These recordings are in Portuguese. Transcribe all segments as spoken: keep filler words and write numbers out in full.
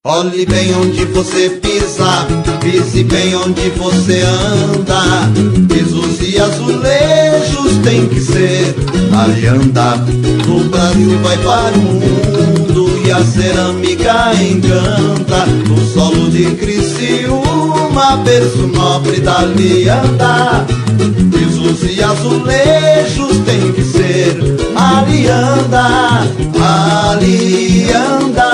Olhe bem onde você pisa, pise bem onde você anda. Pisos e azulejos tem que ser Alianda. No Brasil vai para o mundo e a cerâmica encanta. No solo de Criciúma, berço nobre da Alianda. Pisos e azulejos tem que ser Alianda, Alianda.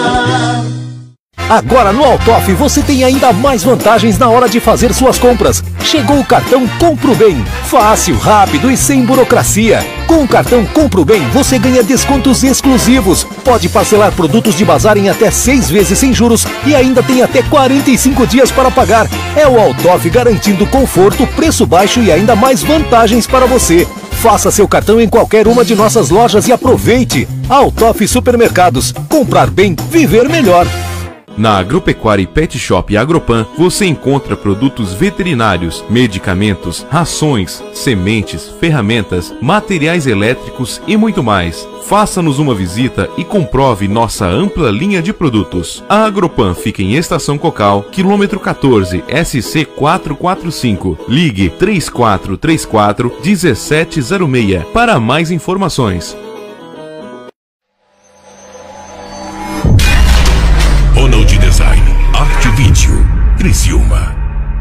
Agora no Altoff você tem ainda mais vantagens na hora de fazer suas compras. Chegou o cartão Compro Bem. Fácil, rápido e sem burocracia. Com o cartão Compro Bem você ganha descontos exclusivos. Pode parcelar produtos de bazar em até seis vezes sem juros e ainda tem até quarenta e cinco dias para pagar. É o Altoff garantindo conforto, preço baixo e ainda mais vantagens para você. Faça seu cartão em qualquer uma de nossas lojas e aproveite. Altoff Supermercados. Comprar bem, viver melhor. Na Agropecuária e Pet Shop Agropan, você encontra produtos veterinários, medicamentos, rações, sementes, ferramentas, materiais elétricos e muito mais. Faça-nos uma visita e comprove nossa ampla linha de produtos. A Agropan fica em Estação Cocal, quilômetro quatorze, S C quatrocentos e quarenta e cinco. Ligue três quatro três quatro, um sete zero seis para mais informações. Ronald Design, Arte Vídeo, Criciúma.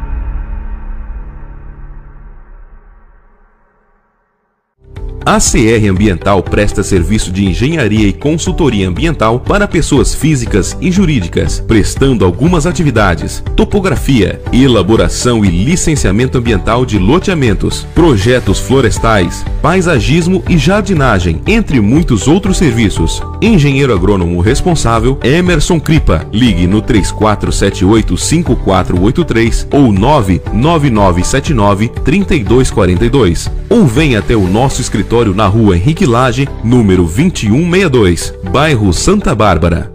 A C R Ambiental presta serviço de engenharia e consultoria ambiental para pessoas físicas e jurídicas, prestando algumas atividades: topografia, elaboração e licenciamento ambiental de loteamentos, projetos florestais, paisagismo e jardinagem, entre muitos outros serviços. Engenheiro agrônomo responsável Emerson Cripa. Ligue no três quatro sete oito, cinco quatro oito três ou nove nove nove sete nove, três dois quatro dois. Ou venha até o nosso escritório na rua Henrique Lage, número vinte e um sessenta e dois, bairro Santa Bárbara.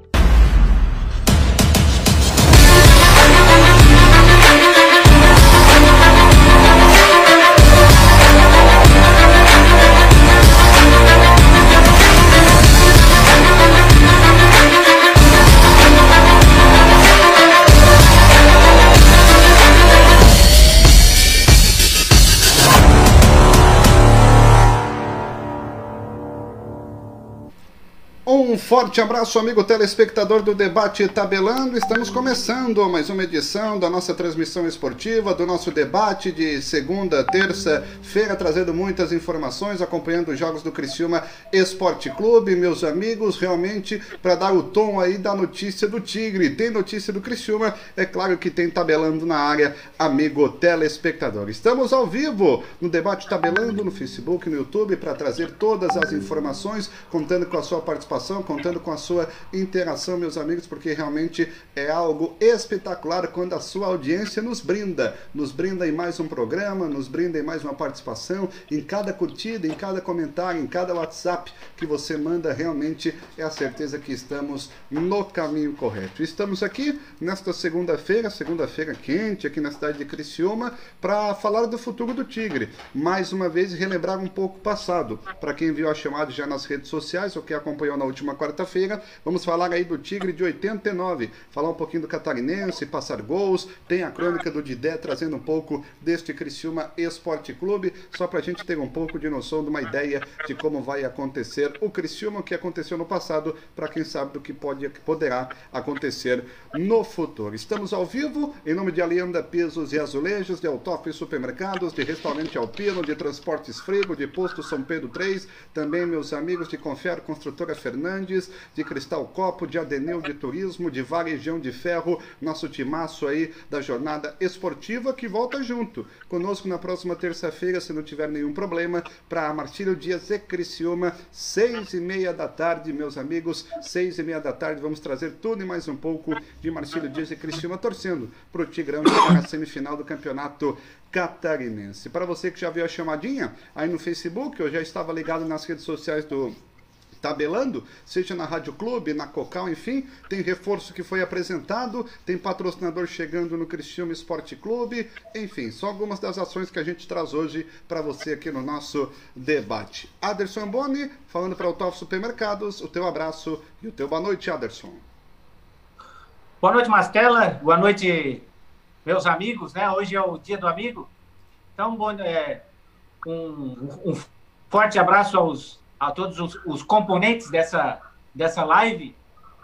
Um forte abraço, amigo telespectador do Debate Tabelando. Estamos começando mais uma edição da nossa transmissão esportiva, do nosso debate de segunda, terça-feira, trazendo muitas informações, acompanhando os jogos do Criciúma Esporte Clube. Meus amigos, realmente, para dar o tom aí da notícia do Tigre. Tem notícia do Criciúma, é claro que tem Tabelando na área, amigo telespectador. Estamos ao vivo no Debate Tabelando, no Facebook, no YouTube, para trazer todas as informações, contando com a sua participação, contando com a sua interação, meus amigos, porque realmente é algo espetacular quando a sua audiência nos brinda, nos brinda em mais um programa, nos brinda em mais uma participação, em cada curtida, em cada comentário, em cada WhatsApp que você manda. Realmente é a certeza que estamos no caminho correto. Estamos aqui nesta segunda-feira, segunda-feira quente aqui na cidade de Criciúma, para falar do futuro do Tigre, mais uma vez relembrar um pouco o passado. Para quem viu a chamada já nas redes sociais ou que acompanhou na última quarta-feira, vamos falar aí do Tigre de oitenta e nove, falar um pouquinho do Catarinense, passar gols, tem a crônica do Didé trazendo um pouco deste Criciúma Esporte Clube, só pra gente ter um pouco de noção de uma ideia de como vai acontecer o Criciúma, o que aconteceu no passado, para quem sabe do que pode, poderá acontecer no futuro. Estamos ao vivo, em nome de Alianda Pisos e Azulejos, de Altoff Supermercados, de Restaurante Alpino, de Transportes Frigo, de Posto São Pedro três, também meus amigos de Confer Construtora Fernandes, de Cristal Copo, de Adeneu de Turismo, de Varejão de Ferro, nosso timaço aí da jornada esportiva que volta junto conosco na próxima terça-feira, se não tiver nenhum problema, para Marcílio Dias e Criciúma, seis e meia da tarde, meus amigos, seis e meia da tarde, vamos trazer tudo e mais um pouco de Marcílio Dias e Criciúma, torcendo para o Tigrão chegar na semifinal do Campeonato Catarinense. Para você que já viu a chamadinha aí no Facebook, eu já estava ligado nas redes sociais do Tabelando, seja na Rádio Clube, na Cocal, enfim, tem reforço que foi apresentado, tem patrocinador chegando no Criciúma Esporte Clube, enfim, são algumas das ações que a gente traz hoje para você aqui no nosso debate. Aderson Boni, falando para o Altoff Supermercados, o teu abraço e o teu boa noite, Aderson. Boa noite, Mastella. Boa noite, meus amigos, né? Hoje é o dia do amigo. Então, bom, é, um, um forte abraço aos, a todos os, os componentes dessa, dessa live.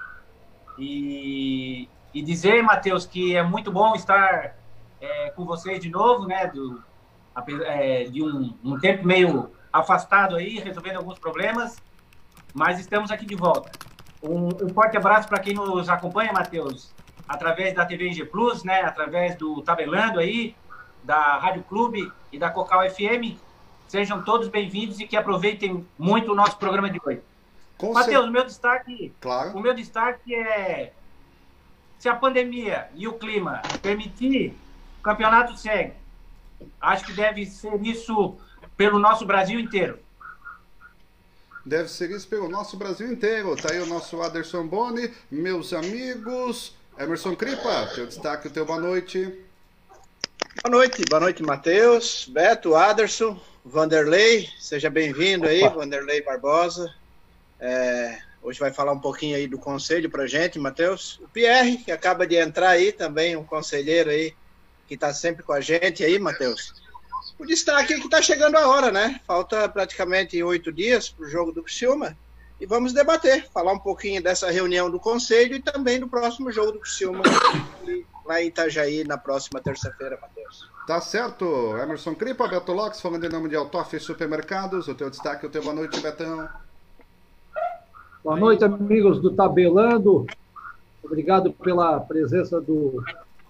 E, e dizer, Matheus, que é muito bom estar é, com vocês de novo, né? Do, é, de um, um tempo meio afastado aí, resolvendo alguns problemas, mas estamos aqui de volta. Um, um forte abraço para quem nos acompanha, Matheus, através da T V N G Plus, né, através do Tabelando aí, da Rádio Clube e da Cocal F M. Sejam todos bem-vindos e que aproveitem muito o nosso programa de hoje. Matheus, o meu destaque, claro. o meu destaque é: se a pandemia e o clima permitir, o campeonato segue. Acho que deve ser isso pelo nosso Brasil inteiro. Deve ser isso pelo nosso Brasil inteiro. Tá aí o nosso Aderson Boni, meus amigos. Emerson Cripa, teu destaque, o teu boa noite. Boa noite, boa noite, Matheus, Beto, Aderson, Vanderlei, seja bem-vindo aí, Vanderlei Barbosa. É, hoje vai falar um pouquinho aí do conselho pra gente, Matheus. O Pierre, que acaba de entrar aí também, um conselheiro aí, que tá sempre com a gente aí, Matheus. O destaque é que tá chegando a hora, né? Falta praticamente oito dias pro jogo do Criciúma. E vamos debater, falar um pouquinho dessa reunião do Conselho e também do próximo jogo do Criciúma lá em Itajaí na próxima terça-feira, Matheus. Tá certo. Emerson Cripa, Beto Lopes, falando em nome de Altoff Supermercados. O teu destaque, o teu boa noite, Betão. Boa noite, amigos do Tabelando. Obrigado pela presença do...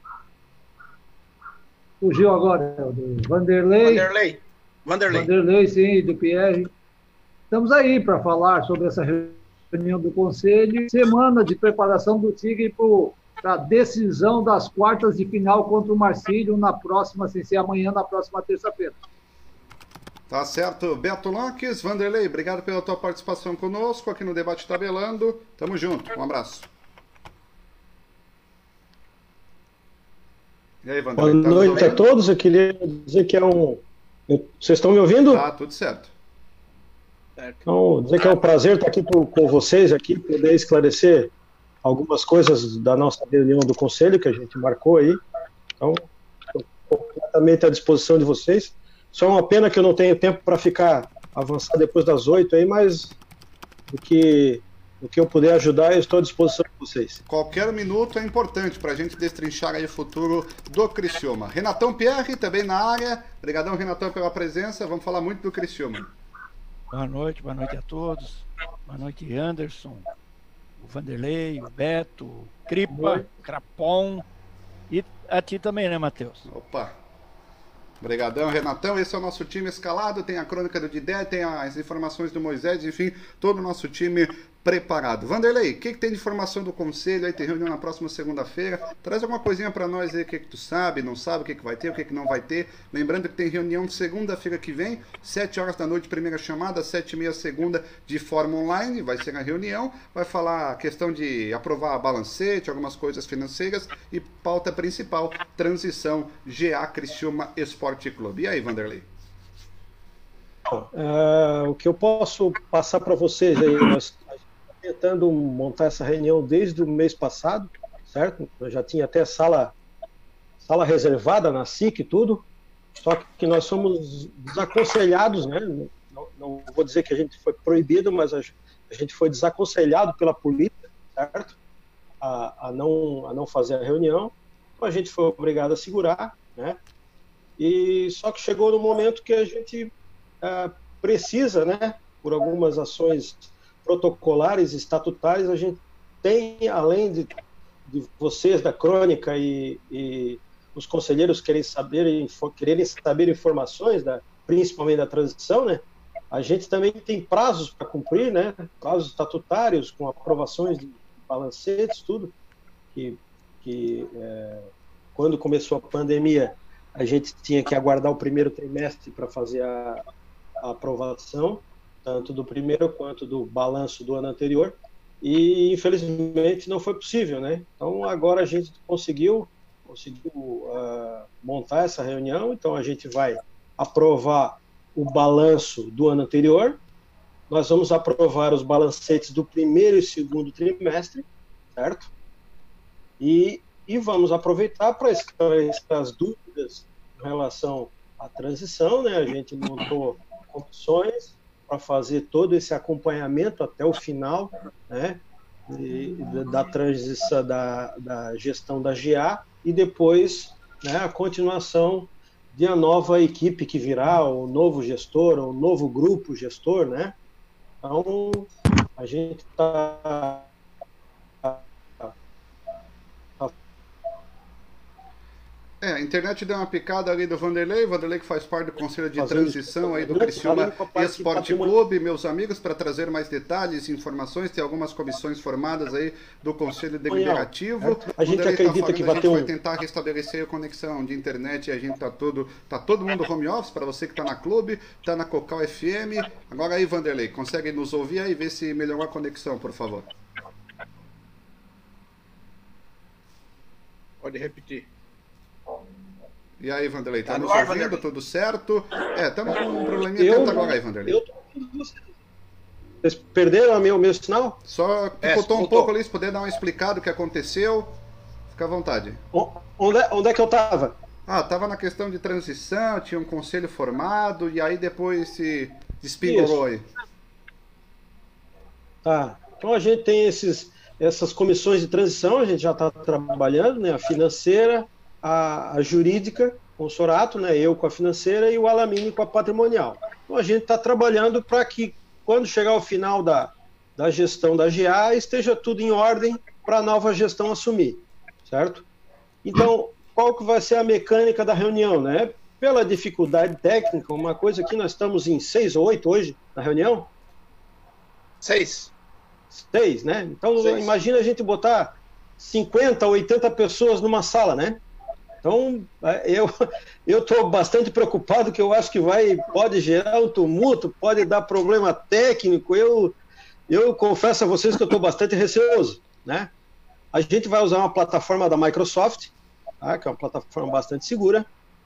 Fugiu agora, do Vanderlei. Vanderlei. Vanderlei. Vanderlei, sim, do Pierre. Estamos aí para falar sobre essa reunião do Conselho, semana de preparação do Tigre para a decisão das quartas de final contra o Marcílio na próxima, sem ser amanhã, na próxima terça-feira. Tá certo. Beto Lopes, Vanderlei, obrigado pela tua participação conosco aqui no Debate Tabelando. Tamo junto, um abraço. E aí, Vanderlei? Boa noite a todos, eu queria dizer que é um... Vocês estão me ouvindo? Tá, tudo certo. Então, dizer que é um prazer estar aqui com, com vocês, aqui, poder esclarecer algumas coisas da nossa reunião do Conselho, que a gente marcou aí. Então, estou completamente à disposição de vocês. Só uma pena que eu não tenho tempo para ficar, avançar depois das oito aí, mas do que, do que eu puder ajudar, eu estou à disposição de vocês. Qualquer minuto é importante para a gente destrinchar aí o futuro do Criciúma. Renatão Pierre, também na área. Obrigadão, Renatão, pela presença. Vamos falar muito do Criciúma. Boa noite, boa noite a todos. Boa noite, Anderson, o Vanderlei, o Beto, o Cripa, Crapon e a ti também, né, Matheus? Opa! Obrigadão, Renatão. Esse é o nosso time escalado. Tem a crônica do Didé, tem as informações do Moisés, enfim, todo o nosso time preparado. Vanderlei, o que, que tem de informação do Conselho? Aí tem reunião na próxima segunda-feira. Traz alguma coisinha para nós aí, o que, que tu sabe, não sabe, o que, que vai ter, o que, que não vai ter. Lembrando que tem reunião segunda-feira que vem, sete horas da noite, primeira chamada, sete e meia segunda, de forma online. Vai ser a reunião, vai falar a questão de aprovar balancete, algumas coisas financeiras e pauta principal, transição G A Criciúma Esporte Clube. E aí, Vanderlei? Uh, o que eu posso passar para vocês aí, nós tentando montar essa reunião desde o mês passado, certo? Eu já tinha até sala, sala reservada na S I C e tudo, só que nós somos desaconselhados, né? Não, não vou dizer que a gente foi proibido, mas a, a gente foi desaconselhado pela polícia, certo? A, a, não, a não fazer a reunião, então a gente foi obrigado a segurar, né? E só que chegou no momento que a gente uh, precisa, né? Por algumas ações protocolares, estatutárias, a gente tem, além de, de vocês da crônica e, e os conselheiros querem saber, quererem saber informações, da, principalmente da transição, né? A gente também tem prazos para cumprir, né? Prazos estatutários, com aprovações de balancetes, tudo, que, que é, quando começou a pandemia, a gente tinha que aguardar o primeiro trimestre para fazer a, a aprovação, tanto do primeiro quanto do balanço do ano anterior, e infelizmente não foi possível, né? Então agora a gente conseguiu, conseguiu uh, montar essa reunião, então a gente vai aprovar o balanço do ano anterior, nós vamos aprovar os balancetes do primeiro e segundo trimestre, certo? E, e vamos aproveitar para esclarecer as dúvidas em relação à transição, né? A gente montou comissões para fazer todo esse acompanhamento até o final, né? E, da transição, da, da gestão da G A, e depois, né, a continuação de a nova equipe que virá, o novo gestor, o novo grupo gestor, né? Então, a gente está... É, a internet deu uma picada ali do Vanderlei, Vanderlei que faz parte do Conselho de Transição aí do Criciúma Esporte Clube, meus amigos, para trazer mais detalhes e informações, tem algumas comissões formadas aí do Conselho Deliberativo. A gente acredita tá que vai ter um... A gente vai tentar restabelecer a conexão de internet, a gente tá todo, tá todo mundo home office, para você que tá na Clube, tá na Cocal F M. Agora aí, Vanderlei, consegue nos ouvir aí, ver se melhorou a conexão, por favor. Pode repetir. E aí, Vanderlei, tá, tá nos ouvindo? Vanderlei. Tudo certo? É, estamos com um probleminha. Eu, Tenta agora aí, Vanderlei. Eu tô... Vocês perderam o meu, meu sinal? Só picotou é, um pouco ali, se puder dar uma explicada o que aconteceu, fica à vontade. Onde é, onde é que eu tava? Ah, tava na questão de transição, tinha um conselho formado, e aí depois se despingolou aí. Tá, então a gente tem esses, essas comissões de transição, a gente já está trabalhando, né? A financeira, A, a jurídica, com o Sorato, né, eu com a financeira e o Alamini com a patrimonial. Então a gente está trabalhando para que, quando chegar ao final da, da gestão da G A, esteja tudo em ordem para a nova gestão assumir, certo? Então, qual que vai ser a mecânica da reunião, né? Pela dificuldade técnica, uma coisa que nós estamos em seis ou oito hoje na reunião? Seis. Seis, né? Então, seis. Imagina a gente botar cinquenta, oitenta pessoas numa sala, né? Então, eu eu estou bastante preocupado, que eu acho que vai, pode gerar um tumulto, pode dar problema técnico. Eu, eu confesso a vocês que eu estou bastante receoso, né? A gente vai usar uma plataforma da Microsoft, tá? Que é uma plataforma bastante segura.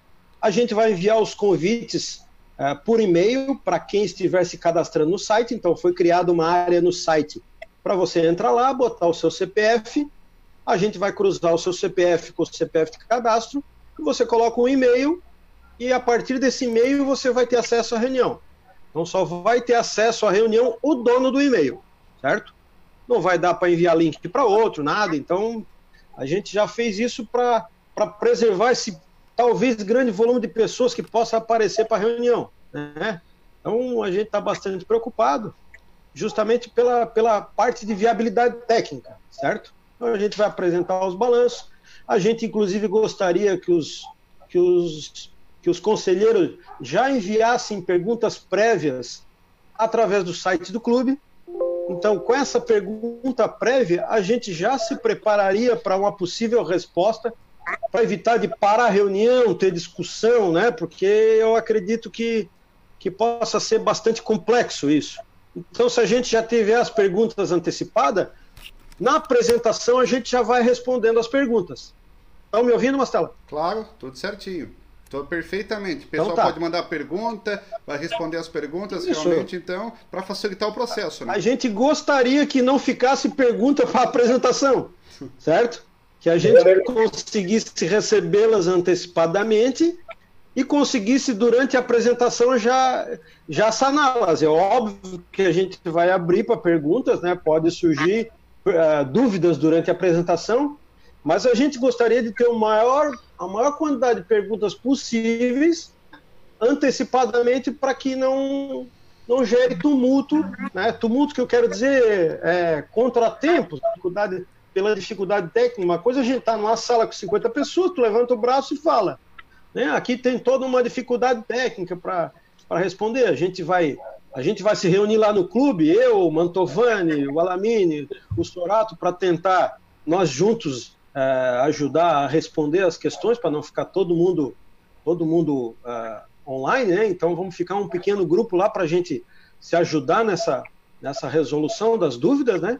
A gente vai enviar os convites uh, por e-mail para quem estiver se cadastrando no site. Então, foi criada uma área no site para você entrar lá, botar o seu C P F. A gente vai cruzar o seu C P F com o C P F de cadastro, e você coloca um e-mail, e a partir desse e-mail você vai ter acesso à reunião. Então só vai ter acesso à reunião o dono do e-mail, certo? Não vai dar para enviar link para outro, nada. Então a gente já fez isso para para preservar esse talvez grande volume de pessoas que possa aparecer para a reunião, né? Então a gente está bastante preocupado, justamente pela, pela parte de viabilidade técnica, certo? Então a gente vai apresentar os balanços. A gente, inclusive, gostaria que os, que os, que os conselheiros já enviassem perguntas prévias através do site do clube. Então, com essa pergunta prévia, a gente já se prepararia para uma possível resposta, para evitar de parar a reunião, ter discussão, né? Porque eu acredito que, que possa ser bastante complexo isso. Então, se a gente já tiver as perguntas antecipadas, na apresentação a gente já vai respondendo as perguntas. Estão me ouvindo, Mastella? Claro, tudo certinho. Estou perfeitamente. O pessoal então, tá. pode mandar pergunta, vai responder as perguntas Isso. realmente, então, para facilitar o processo. Né? A gente gostaria que não ficasse pergunta para a apresentação, certo? Que a gente conseguisse recebê-las antecipadamente e conseguisse, durante a apresentação, já, já saná-las. É óbvio que a gente vai abrir para perguntas, né? Pode surgir Uh, dúvidas durante a apresentação, mas a gente gostaria de ter o maior, a maior quantidade de perguntas possíveis antecipadamente, para que não, não gere tumulto, né? Tumulto que eu quero dizer é contratempos, dificuldade, pela dificuldade técnica. Uma coisa é a gente estar tá numa sala com cinquenta pessoas, tu levanta o braço e fala, né? Aqui tem toda uma dificuldade técnica para responder. A gente vai A gente vai se reunir lá no clube, eu, o Mantovani, o Alamini, o Sorato, para tentar, nós juntos, é, ajudar a responder as questões, para não ficar todo mundo, todo mundo é, online, né? Então vamos ficar um pequeno grupo lá para a gente se ajudar nessa, nessa resolução das dúvidas, né?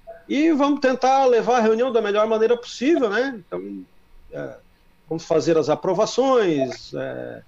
E vamos tentar levar a reunião da melhor maneira possível, né? Então, é, vamos fazer as aprovações, é,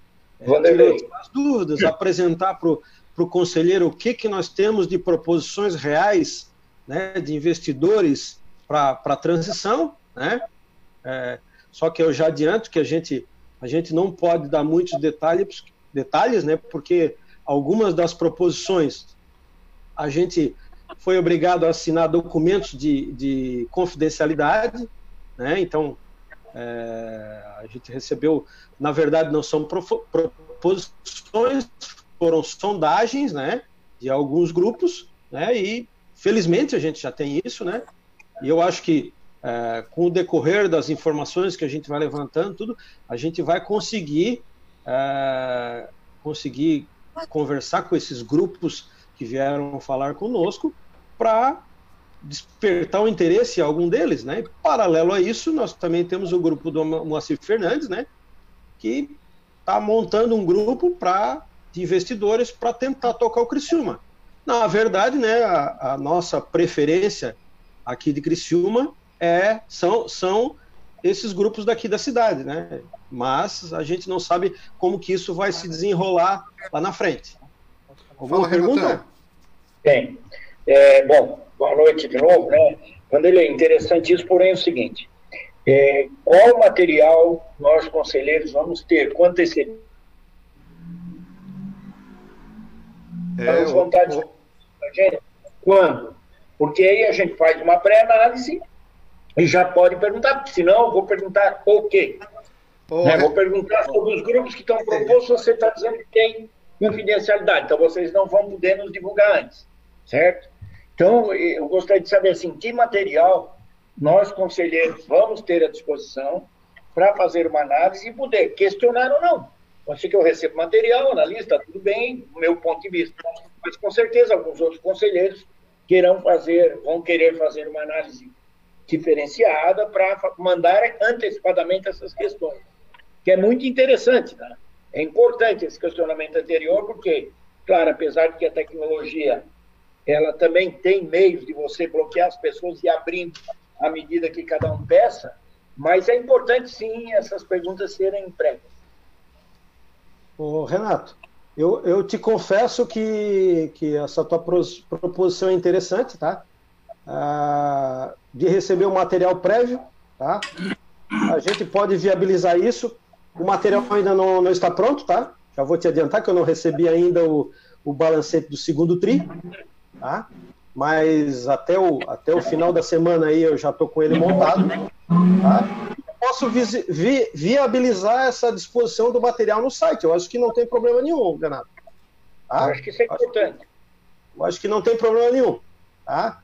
é, tirar as dúvidas, apresentar para o para o conselheiro o que, que nós temos de proposições reais, né, de investidores para a transição, né? É, só que eu já adianto que a gente, a gente não pode dar muitos detalhes, detalhes, né? Porque algumas das proposições a gente foi obrigado a assinar documentos de, de confidencialidade, né? Então, é, a gente recebeu, na verdade, não são proposições, foram sondagens, né, de alguns grupos, né? E felizmente a gente já tem isso, né? E eu acho que é, com o decorrer das informações que a gente vai levantando, tudo, a gente vai conseguir é, conseguir conversar com esses grupos que vieram falar conosco para despertar o interesse em algum deles, né? E, paralelo a isso, nós também temos o grupo do Moacir Fernandes, né? Que está montando um grupo pra, de investidores para tentar tocar o Criciúma. Na verdade, né, a, a nossa preferência aqui de Criciúma é, são, são esses grupos daqui da cidade, né? Mas a gente não sabe como que isso vai se desenrolar lá na frente. Alguma Fala, pergunta? Bem, é, bom, boa noite de novo, né? Quando ele é interessante isso, porém é o seguinte, é, qual material nós conselheiros vamos ter com antecedência? É, vontade o, de... gente, quando? Porque aí a gente faz uma pré-análise e já pode perguntar, senão eu vou perguntar o quê? o, Né? Vou perguntar sobre os grupos que estão propostos, você está dizendo que tem confidencialidade, então vocês não vão poder nos divulgar antes, certo? Então, eu gostaria de saber, assim, que material nós, conselheiros, vamos ter à disposição para fazer uma análise e poder questionar ou não. Pode ser que eu receba material, analista, tudo bem, do meu ponto de vista, mas com certeza alguns outros conselheiros queirão fazer, vão querer fazer uma análise diferenciada para mandar antecipadamente essas questões, que é muito interessante, tá? É importante esse questionamento anterior, porque, claro, apesar de que a tecnologia ela também tem meios de você bloquear as pessoas e abrindo à medida que cada um peça, mas é importante, sim, essas perguntas serem prévias. Ô, Renato, eu, eu te confesso que, que essa tua proposição é interessante, tá? Ah, de receber um material prévio, tá? A gente pode viabilizar isso. O material ainda não, não está pronto, tá? Já vou te adiantar que eu não recebi ainda o, o balancete do segundo tri, tá? Mas até o, até o final da semana aí eu já estou com ele montado, tá? Posso vi, vi, viabilizar essa disposição do material no site. Eu acho que não tem problema nenhum, Renato. Tá? Eu acho que isso é importante. Eu acho que não tem problema nenhum, tá?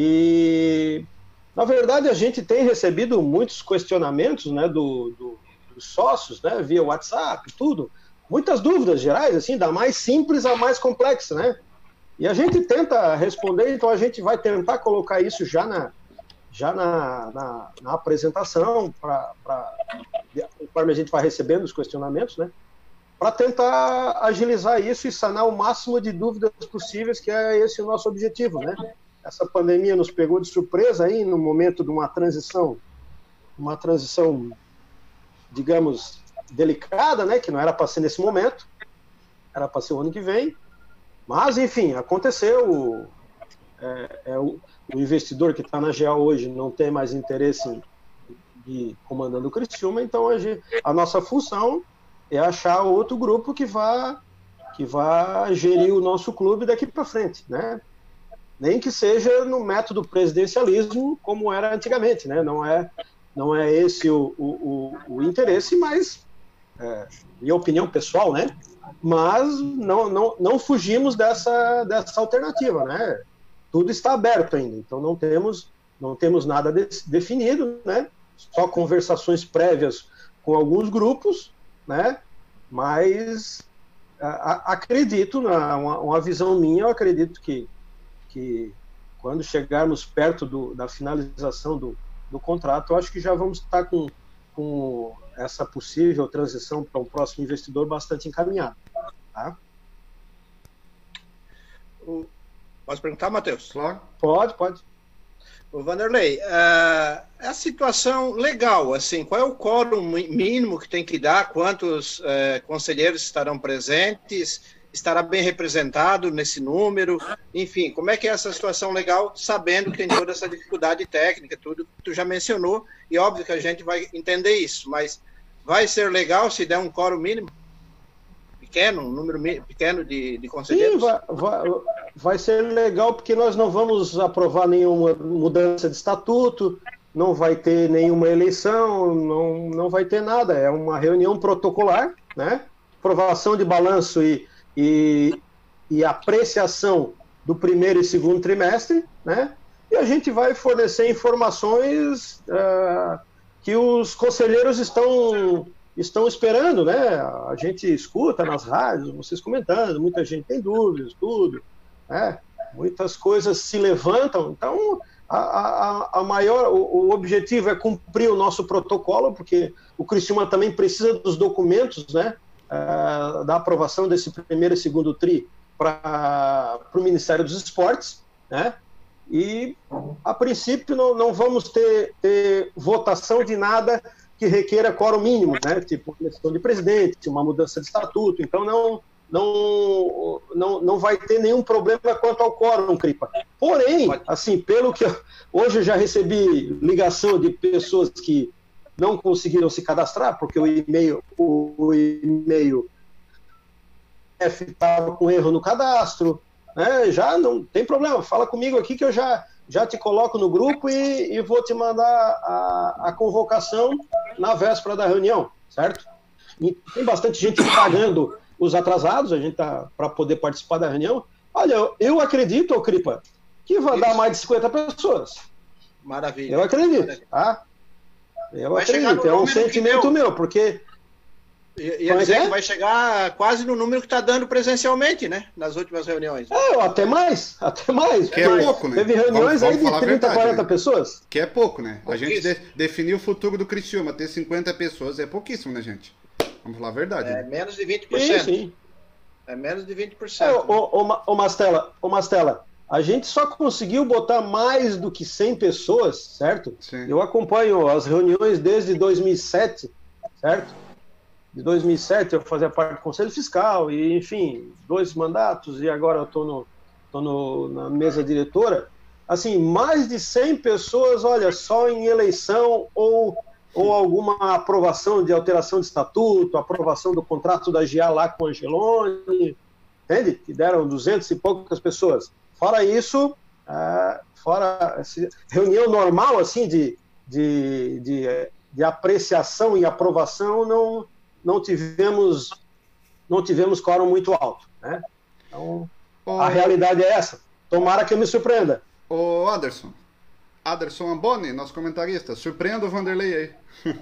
E na verdade a gente tem recebido muitos questionamentos, né, do, do dos sócios, né, via WhatsApp, tudo, muitas dúvidas gerais, assim, da mais simples à mais complexa, né, e a gente tenta responder, então a gente vai tentar colocar isso já na, já na, na, na apresentação, para conforme a gente vai recebendo os questionamentos, né, para tentar agilizar isso e sanar o máximo de dúvidas possíveis, que é esse o nosso objetivo, né. Essa pandemia nos pegou de surpresa aí, no momento de uma transição, uma transição digamos, delicada, né, que não era para ser nesse momento, era para ser o ano que vem, mas, enfim, aconteceu, é, é, o, o investidor que está na G E A hoje não tem mais interesse em, de comandando o Criciúma, então a, gente, a nossa função é achar outro grupo que vá, que vá gerir o nosso clube daqui para frente, né, nem que seja no método presidencialismo como era antigamente, né, não é Não é esse o, o, o, o interesse, mas, é, minha opinião pessoal, né? Mas não, não, não fugimos dessa, dessa alternativa, né? Tudo está aberto ainda, então não temos, não temos nada de, definido, né? Só conversações prévias com alguns grupos, né? Mas a, a, acredito, na, uma, uma visão minha, eu acredito que, que quando chegarmos perto do, da finalização do do contrato, eu acho que já vamos estar com, com essa possível transição para um próximo investidor bastante encaminhada. Tá? O... Posso perguntar, Matheus? Claro. Pode, pode. O Vanderlei, uh, é a situação legal, assim, qual é o quórum mínimo que tem que dar, quantos uh, conselheiros estarão presentes estará bem representado nesse número? Enfim, como é que é essa situação legal, sabendo que tem toda essa dificuldade técnica, tudo que tu já mencionou, e óbvio que a gente vai entender isso, mas vai ser legal se der um quórum mínimo? Pequeno, um número pequeno de, de conselheiros? Sim, vai, vai, vai ser legal, porque nós não vamos aprovar nenhuma mudança de estatuto, não vai ter nenhuma eleição, não, não vai ter nada, é uma reunião protocolar, né? Aprovação de balanço e E, e apreciação do primeiro e segundo trimestre, né? E a gente vai fornecer informações uh, que os conselheiros estão, estão esperando, né? A gente escuta nas rádios, vocês comentando, muita gente tem dúvidas, tudo, né? Muitas coisas se levantam, então a, a, a maior, o, o objetivo é cumprir o nosso protocolo, porque o Criciúma também precisa dos documentos, né? Uh, da aprovação desse primeiro e segundo tri para o Ministério dos Esportes, né? E a princípio não, não vamos ter, ter votação de nada que requeira quórum mínimo, né? Tipo eleição de presidente, uma mudança de estatuto, então não, não, não, não vai ter nenhum problema quanto ao quórum, Cripa. Porém, assim, pelo que eu, hoje eu já recebi ligação de pessoas que não conseguiram se cadastrar, porque o e-mail o, o e-mail estava com erro no cadastro, né? Já não tem problema, fala comigo aqui que eu já, já te coloco no grupo e, e vou te mandar a, a convocação na véspera da reunião, certo? E tem bastante gente pagando os atrasados, a gente tá para poder participar da reunião. Olha, eu, eu acredito, ô Cripa, que vai Isso. dar mais de cinquenta pessoas. Maravilha. Eu acredito, tá? Eu vai acredito, é um sentimento meu, porque... Ia dizer que vai chegar quase no número que está dando presencialmente, né? Nas últimas reuniões. É, até mais, até mais. Que é pouco, né? Teve reuniões vamos, vamos aí de trinta, quarenta né? pessoas. Que é pouco, né? A gente de, definiu o futuro do Criciúma, ter cinquenta pessoas é pouquíssimo, né, gente? Vamos falar a verdade. É né? menos de vinte por cento. Sim, sim. É menos de vinte por cento. É, ô, ô, ô, Mastella, ô, Mastella, a gente só conseguiu botar mais do que cem pessoas, certo? Sim. Eu acompanho as reuniões desde dois mil e sete, certo? De dois mil e sete eu fazia parte do Conselho Fiscal, e enfim, dois mandatos, e agora eu estou no, tô no, na mesa diretora. Assim, mais de cem pessoas, olha, só em eleição ou, ou alguma aprovação de alteração de estatuto, aprovação do contrato da G I A lá com o Angeloni, entende? Que deram duzentas e poucas pessoas. Fora isso, é, fora essa reunião normal, assim, de, de, de, de apreciação e aprovação, não, não tivemos não tivemos quórum muito alto, né? Então, oh. a realidade é essa. Tomara que eu me surpreenda. Ô, Anderson, Anderson Amboni, nosso comentarista, surpreenda o Vanderlei aí.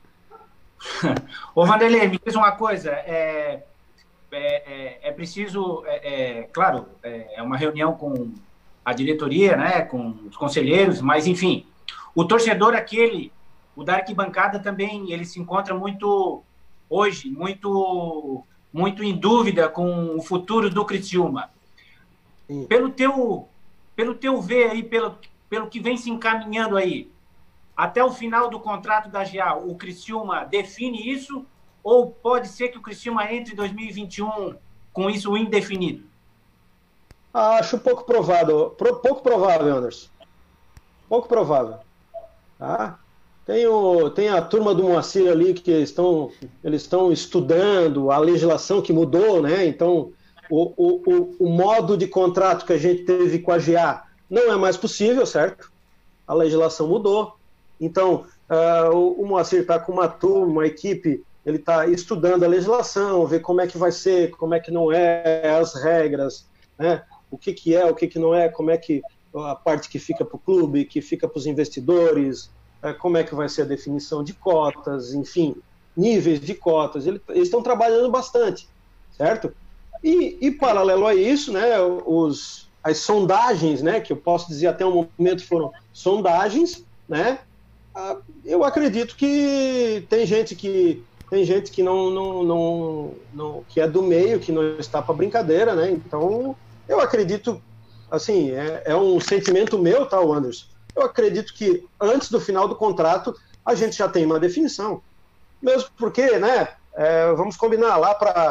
Ô, Vanderlei, me diz uma coisa, é... É, é, é preciso, é, é, claro, é, é uma reunião com a diretoria, né, com os conselheiros, mas, enfim, o torcedor aquele, o da arquibancada também, ele se encontra muito, hoje, muito, muito em dúvida com o futuro do Criciúma. Sim. Pelo teu, pelo teu ver aí, pelo, pelo que vem se encaminhando aí, até o final do contrato da G I A, o Criciúma define isso? Ou pode ser que o Criciúma entre em dois mil e vinte e um com isso indefinido? Acho pouco provável, pouco provável, Anderson. Pouco provável. Tá? Tem, o, tem a turma do Moacir ali que estão, eles estão estudando a legislação que mudou, né? Então, o, o, o modo de contrato que a gente teve com a G I A não é mais possível, certo? A legislação mudou. Então, uh, o, o Moacir está com uma turma, uma equipe. Ele está estudando a legislação, ver como é que vai ser, como é que não é, as regras, né? O que, que é, o que, que não é, como é que a parte que fica para o clube, que fica para os investidores, é, como é que vai ser a definição de cotas, enfim, níveis de cotas. Eles estão trabalhando bastante, certo? E, e paralelo a isso, né, os, as sondagens, né, que eu posso dizer até o momento foram sondagens, né? Eu acredito que tem gente que Tem gente que não, não, não, não que é do meio, que não está para brincadeira, né? Então, eu acredito, assim, é, é um sentimento meu, tá, Anderson? Eu acredito que antes do final do contrato a gente já tem uma definição. Mesmo porque, né? É, vamos combinar, lá para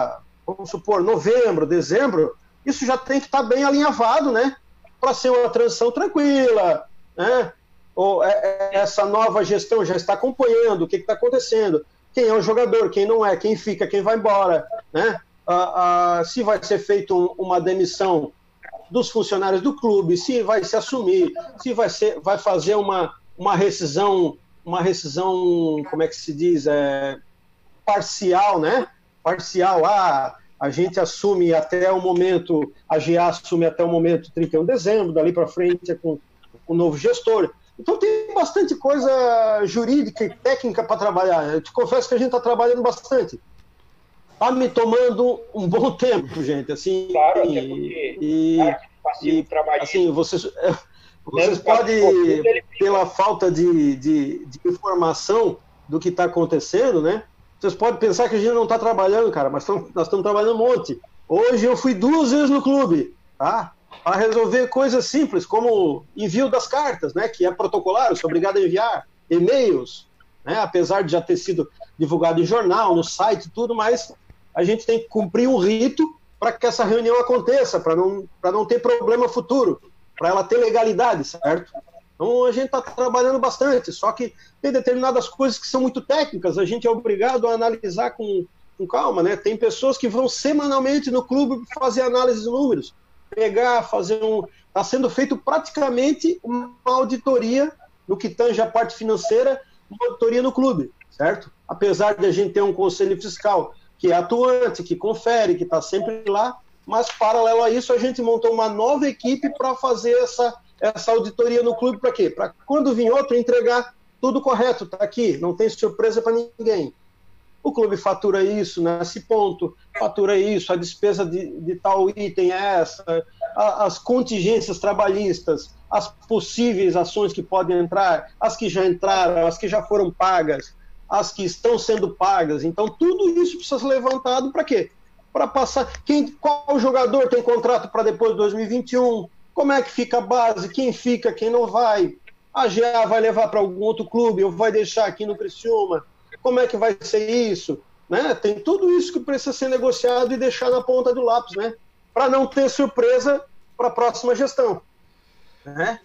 vamos supor, novembro, dezembro, isso já tem que estar bem alinhavado, né? Para ser uma transição tranquila, né? Ou é, essa nova gestão já está acompanhando o que está acontecendo, quem é o jogador, quem não é, quem fica, quem vai embora, né? Ah, ah, se vai ser feita um, uma demissão dos funcionários do clube, se vai se assumir, se vai, ser, vai fazer uma, uma rescisão, uma rescisão, como é que se diz, é, parcial, né? Parcial, ah, a gente assume até o momento, a G A assume até o momento trinta e um de dezembro, dali para frente é com o novo gestor. Então tem bastante coisa jurídica e técnica para trabalhar. Eu te confesso que a gente está trabalhando bastante. Está me tomando um bom tempo, gente. Assim, claro, e, até porque e, e assim, vocês, vocês podem, pela falta de, de, de informação do que está acontecendo, né? Vocês podem pensar que a gente não está trabalhando, cara, mas tamo, nós estamos trabalhando um monte. Hoje eu fui duas vezes no clube, tá? Para resolver coisas simples, como envio das cartas, né? Que é protocolar, eu sou obrigado a enviar e-mails, né? Apesar de já ter sido divulgado em jornal, no site, tudo, mas a gente tem que cumprir um rito para que essa reunião aconteça, para não, para não ter problema futuro, para ela ter legalidade, certo? Então a gente está trabalhando bastante, só que tem determinadas coisas que são muito técnicas, a gente é obrigado a analisar com, com calma, né? Tem pessoas que vão semanalmente no clube fazer análise de números, pegar, fazer um... Está sendo feito praticamente uma auditoria no que tange a parte financeira, uma auditoria no clube, certo? Apesar de a gente ter um conselho fiscal que é atuante, que confere, que está sempre lá, mas paralelo a isso a gente montou uma nova equipe para fazer essa, essa auditoria no clube, para quê? Para quando vir outro entregar tudo correto, está aqui, não tem surpresa para ninguém. O clube fatura isso nesse ponto, fatura isso, a despesa de, de tal item é essa, a, as contingências trabalhistas, as possíveis ações que podem entrar, as que já entraram, as que já foram pagas, as que estão sendo pagas. Então tudo isso precisa ser levantado para quê? Para passar, quem, qual jogador tem contrato para depois de dois mil e vinte e um, como é que fica a base, quem fica, quem não vai, a G A vai levar para algum outro clube ou vai deixar aqui no Criciúma, como é que vai ser isso, né? Tem tudo isso que precisa ser negociado e deixar na ponta do lápis, né? Para não ter surpresa para a próxima gestão, né?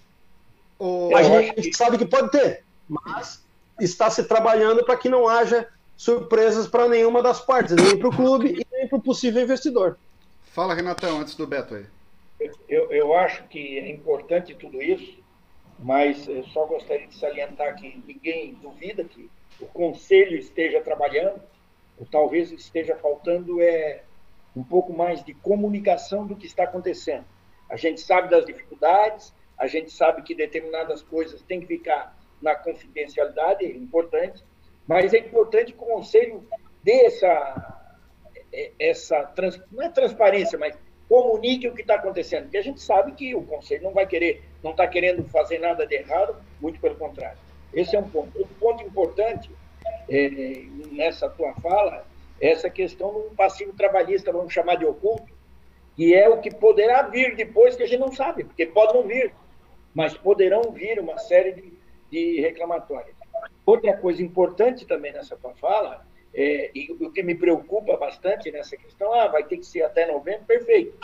O... A gente sabe que pode ter, mas está se trabalhando para que não haja surpresas para nenhuma das partes, nem para o clube e nem para o possível investidor. Fala, Renatão, antes do Beto aí. Eu, eu acho que é importante tudo isso, mas eu só gostaria de salientar que ninguém duvida que o Conselho esteja trabalhando, ou talvez esteja faltando é um pouco mais de comunicação do que está acontecendo. A gente sabe das dificuldades, a gente sabe que determinadas coisas têm que ficar na confidencialidade, é importante, mas é importante que o Conselho dê essa, essa trans, não é transparência, mas comunique o que está acontecendo, porque a gente sabe que o Conselho não vai querer, não está querendo fazer nada de errado, muito pelo contrário. Esse é um ponto. Outro ponto importante é, nessa tua fala é essa questão do passivo trabalhista, vamos chamar de oculto, que é o que poderá vir depois, que a gente não sabe, porque pode não vir, mas poderão vir uma série de, de reclamatórios. Outra coisa importante também nessa tua fala, é, e o que me preocupa bastante nessa questão, ah, vai ter que ser até novembro, perfeito.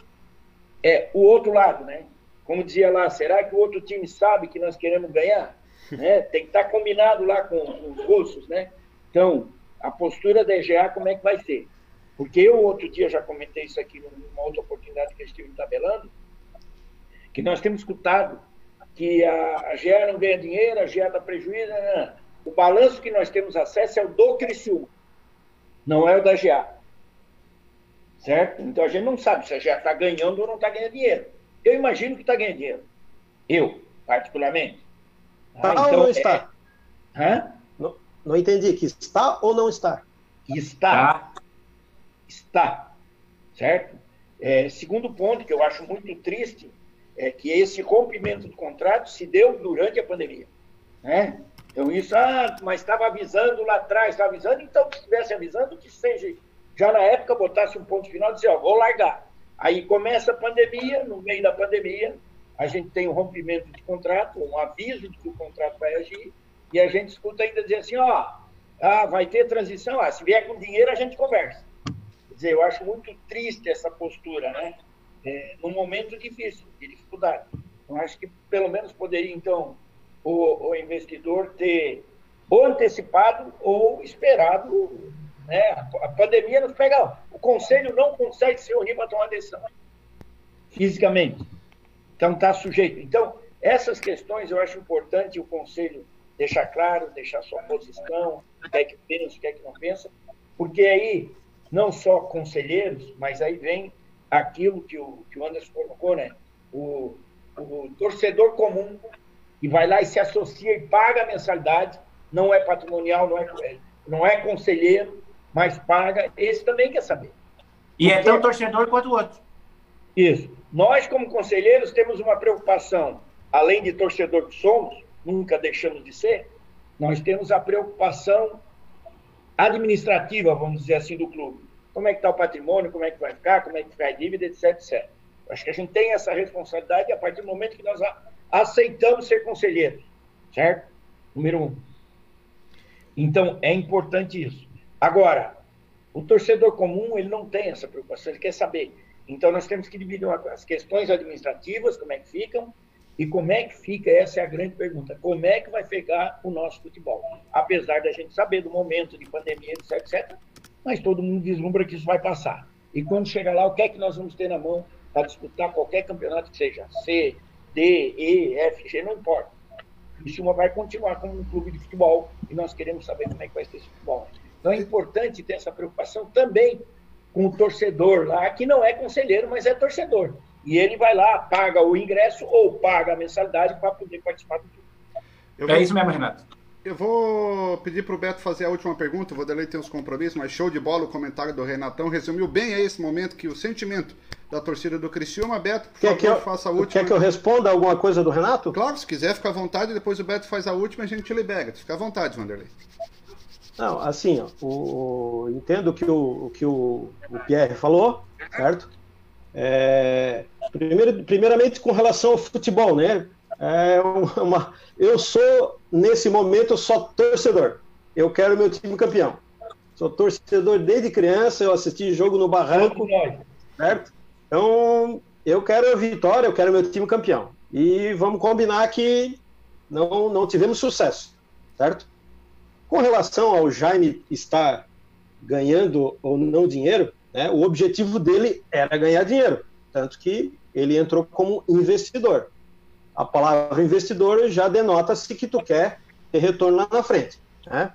É o outro lado, né? Como dizia lá, será que o outro time sabe que nós queremos ganhar? Né? Tem que estar combinado lá com, com os russos, né? Então, a postura da E G A, como é que vai ser? Porque eu, outro dia, já comentei isso aqui numa outra oportunidade que eu estive tabelando, que nós temos escutado que a, a G A não ganha dinheiro, a G A dá prejuízo, não, não. O balanço que nós temos acesso é o do Criciúma, não é o da G A. Certo? Então, a gente não sabe se a G A está ganhando ou não está ganhando dinheiro. Eu imagino que está ganhando dinheiro. Eu, particularmente. Está ah, então, ou não está? É... Hã? Não, não entendi. Que está ou não está? Está. Está. Certo? É, segundo ponto, que eu acho muito triste, é que esse rompimento do contrato se deu durante a pandemia. Né? Então, isso, ah, mas estava avisando lá atrás, estava avisando, então, que estivesse avisando, que seja, já na época, botasse um ponto final e dizer, ó, vou largar. Aí começa a pandemia, no meio da pandemia, a gente tem um rompimento de contrato, um aviso de que o contrato vai agir, e a gente escuta ainda dizer assim, ó, ah, vai ter transição, ah, se vier com dinheiro a gente conversa. dizer, eu acho muito triste essa postura, né? É, num momento difícil, de dificuldade. Eu acho que pelo menos poderia, então, o, o investidor ter ou antecipado ou esperado, né? A pandemia nos pega, o conselho não consegue se reunir para tomar decisão fisicamente. Então está sujeito. Então, essas questões eu acho importante o conselho deixar claro, deixar sua posição, o que é que pensa, o que é que não pensa, porque aí, não só conselheiros, mas aí vem aquilo que o, que o Anderson colocou, né? O, o torcedor comum que vai lá e se associa e paga a mensalidade, não é patrimonial, não é, não é conselheiro, mas paga, esse também quer saber. E é tão torcedor quanto o outro. Isso. Nós, como conselheiros, temos uma preocupação, além de torcedor que somos, nunca deixamos de ser, nós temos a preocupação administrativa, vamos dizer assim, do clube. Como é que está o patrimônio, como é que vai ficar, como é que fica a dívida, etc, etcétera. Acho que a gente tem essa responsabilidade a partir do momento que nós aceitamos ser conselheiros, certo? Número um. Então, é importante isso. Agora, o torcedor comum, ele não tem essa preocupação, ele quer saber. Então, nós temos que dividir uma, as questões administrativas, como é que ficam, e como é que fica, essa é a grande pergunta, como é que vai ficar o nosso futebol? Apesar da gente saber do momento de pandemia, etc, etcétera, mas todo mundo vislumbra que isso vai passar. E quando chegar lá, o que é que nós vamos ter na mão para disputar qualquer campeonato que seja C, D, E, F, G, não importa. O Criciúma vai continuar como um clube de futebol e nós queremos saber como é que vai ser esse futebol. Então é importante ter essa preocupação também com o torcedor lá, que não é conselheiro, mas é torcedor. E ele vai lá, paga o ingresso ou paga a mensalidade para poder participar do clube. É isso mesmo, Renato. Eu vou pedir para o Beto fazer a última pergunta, o Vanderlei tem uns compromissos, mas show de bola o comentário do Renatão, resumiu bem aí esse momento, que o sentimento da torcida do Criciúma. Beto, por quer favor, que eu, faça a última. Quer que eu responda alguma coisa do Renato? Claro, se quiser, fica à vontade, depois o Beto faz a última e a gente libera. Fica à vontade, Vanderlei. Não, assim, ó, o, entendo o que o, o que o, o Pierre falou, certo? É, primeiro, primeiramente, com relação ao futebol, né? É uma, eu sou, nesse momento, só torcedor. Eu quero meu time campeão. Sou torcedor desde criança, eu assisti jogo no Barranco, certo? Então, eu quero a vitória, eu quero meu time campeão. E vamos combinar que não, não tivemos sucesso, certo? Com relação ao Jaime estar ganhando ou não dinheiro, né, o objetivo dele era ganhar dinheiro, tanto que ele entrou como investidor. A palavra investidor já denota-se que tu quer ter retorno lá na frente, né?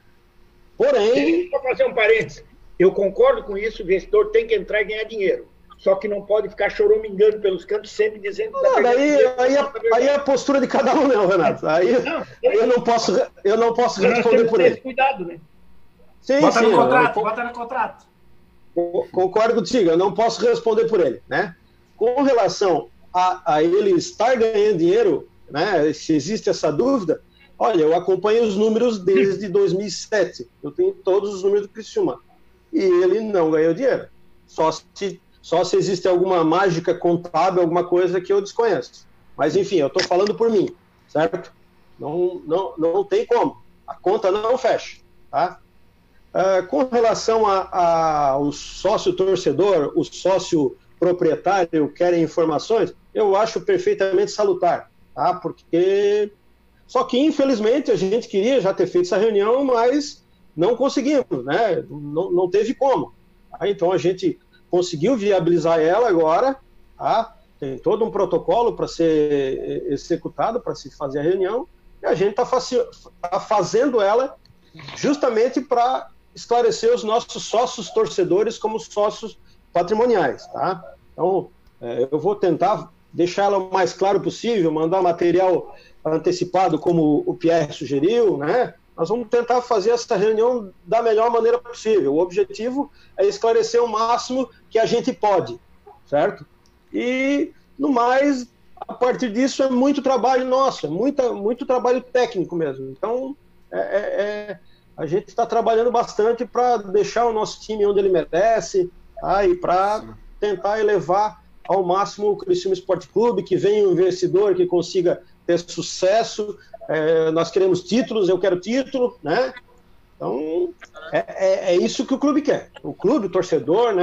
Porém... Só fazer um parênteses. Eu concordo com isso, o investidor tem que entrar e ganhar dinheiro. Só que não pode ficar choramingando pelos cantos, sempre dizendo... Que não, tá daí, dinheiro, aí, a, aí é a postura de cada um, não, Renato. Aí, não, aí eu não posso, eu não posso responder por ele. Cuidado, né? Sim, bota sim, no contrato, eu, bota no contrato. Concordo contigo, eu não posso responder por ele, né? Com relação a, a ele estar ganhando dinheiro, né, se existe essa dúvida, olha, eu acompanho os números desde dois mil e sete, eu tenho todos os números do Criciúma, e ele não ganhou dinheiro, só se, só se existe alguma mágica contábil, alguma coisa que eu desconheço, mas enfim, eu estou falando por mim, certo? Não, não, não tem como, a conta não fecha, tá? Uh, com relação a, a, ao sócio torcedor, o sócio proprietário querem informações, eu acho perfeitamente salutar, tá? Porque só que infelizmente a gente queria já ter feito essa reunião, mas não conseguimos, né? Não, não teve como. Tá? Então a gente conseguiu viabilizar ela agora, tá? Tem todo um protocolo para ser executado, para se fazer a reunião, e a gente está tá fazendo ela justamente para esclarecer os nossos sócios torcedores como sócios patrimoniais, tá? Então, é, eu vou tentar deixar ela o mais claro possível, mandar material antecipado como o Pierre sugeriu, né? Nós vamos tentar fazer essa reunião da melhor maneira possível. O objetivo é esclarecer o máximo que a gente pode, certo? E, no mais, a partir disso é muito trabalho nosso, é muita, muito trabalho técnico mesmo. Então, é... é, é a gente está trabalhando bastante para deixar o nosso time onde ele merece, tá? E para tentar elevar ao máximo o Criciúma Esporte Clube, que venha um investidor que consiga ter sucesso. É, nós queremos títulos, eu quero título, né? Então, é, é, é isso que o clube quer. O clube, o torcedor, né?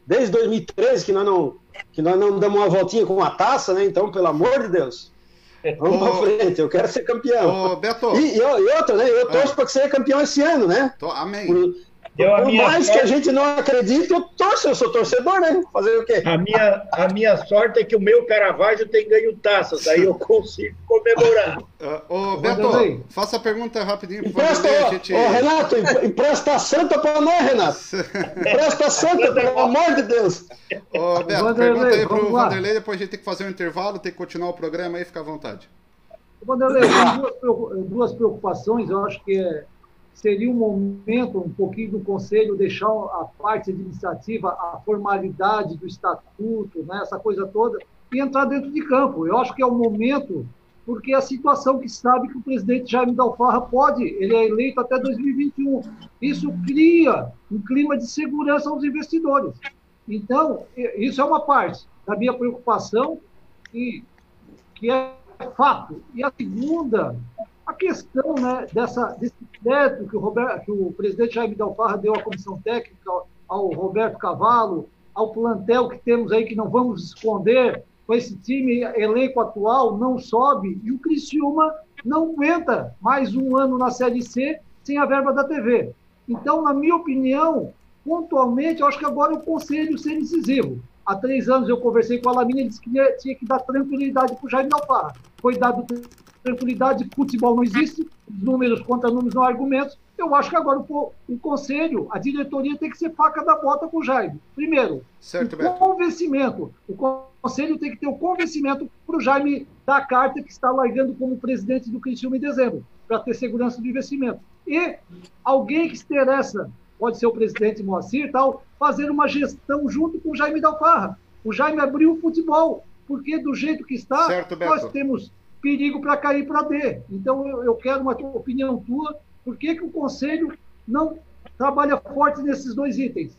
desde dois mil e treze que nós não, que nós não damos uma voltinha com uma taça, né? Então, pelo amor de Deus, vamos Ô, pra frente, eu quero ser campeão. Ô, Beto. E, e, e outra, né? Eu torço É. para que seja campeão esse ano, né? Tô- amém. Por, Eu, a por minha mais sorte- que a gente não acredite, eu torço, eu sou torcedor, né? Fazer o quê? A minha, a minha sorte é que o meu Caravaggio tem ganho taças, aí eu consigo comemorar. Ah, Ô, Vanderlei. Beto, faça a pergunta rapidinho pro Empresta, Vanderlei. A ó, gente... ó, Renato, em- empresta a santa para nós, Renato. Empresta a santa, pelo amor de Deus. Ô, Beto, Vanderlei, pergunta aí pro vamos lá. Vanderlei, depois a gente tem que fazer um intervalo, tem que continuar o programa aí, fica à vontade. Vanderlei, tem duas, preocu- duas preocupações. Eu acho que é, seria um momento, um pouquinho do Conselho, deixar a parte administrativa, a formalidade do estatuto, né, essa coisa toda, e entrar dentro de campo. Eu acho que é o momento, porque é a situação que sabe que o presidente Jaime da Alfarra pode, ele é eleito até dois mil e vinte e um. Isso cria um clima de segurança aos investidores. Então, i- isso é uma parte da minha preocupação, e, que é fato. E a segunda, a questão, né, dessa, desse crédito que o, Roberto, que o presidente Jaime da Alfarra deu à comissão técnica, ao, ao Roberto Cavalo, ao plantel que temos aí, que não vamos esconder, com esse time, elenco atual, não sobe, e o Criciúma não aguenta mais um ano na Série C sem a verba da T V. Então, na minha opinião, pontualmente, eu acho que agora o Conselho ser incisivo. Há três anos eu conversei com a Lamina, ele disse que tinha que dar tranquilidade para o Jaime da Alfarra. Foi dado tranquilidade, futebol não existe, números contra números não há argumentos. Eu acho que agora o, o Conselho, a diretoria tem que ser faca da bota com o Jaime. Primeiro, Certo, o Beto. convencimento. O Conselho tem que ter o convencimento para o Jaime dar a carta que está largando como presidente do Criciúma em dezembro, para ter segurança do investimento. E alguém que se interessa, pode ser o presidente Moacir e tal, fazer uma gestão junto com o Jaime da Alfarra. O Jaime abriu o futebol, porque do jeito que está, Certo, Beto. nós temos perigo para cair para D. Então, eu, eu quero uma opinião tua. Por que, que o Conselho não trabalha forte nesses dois itens?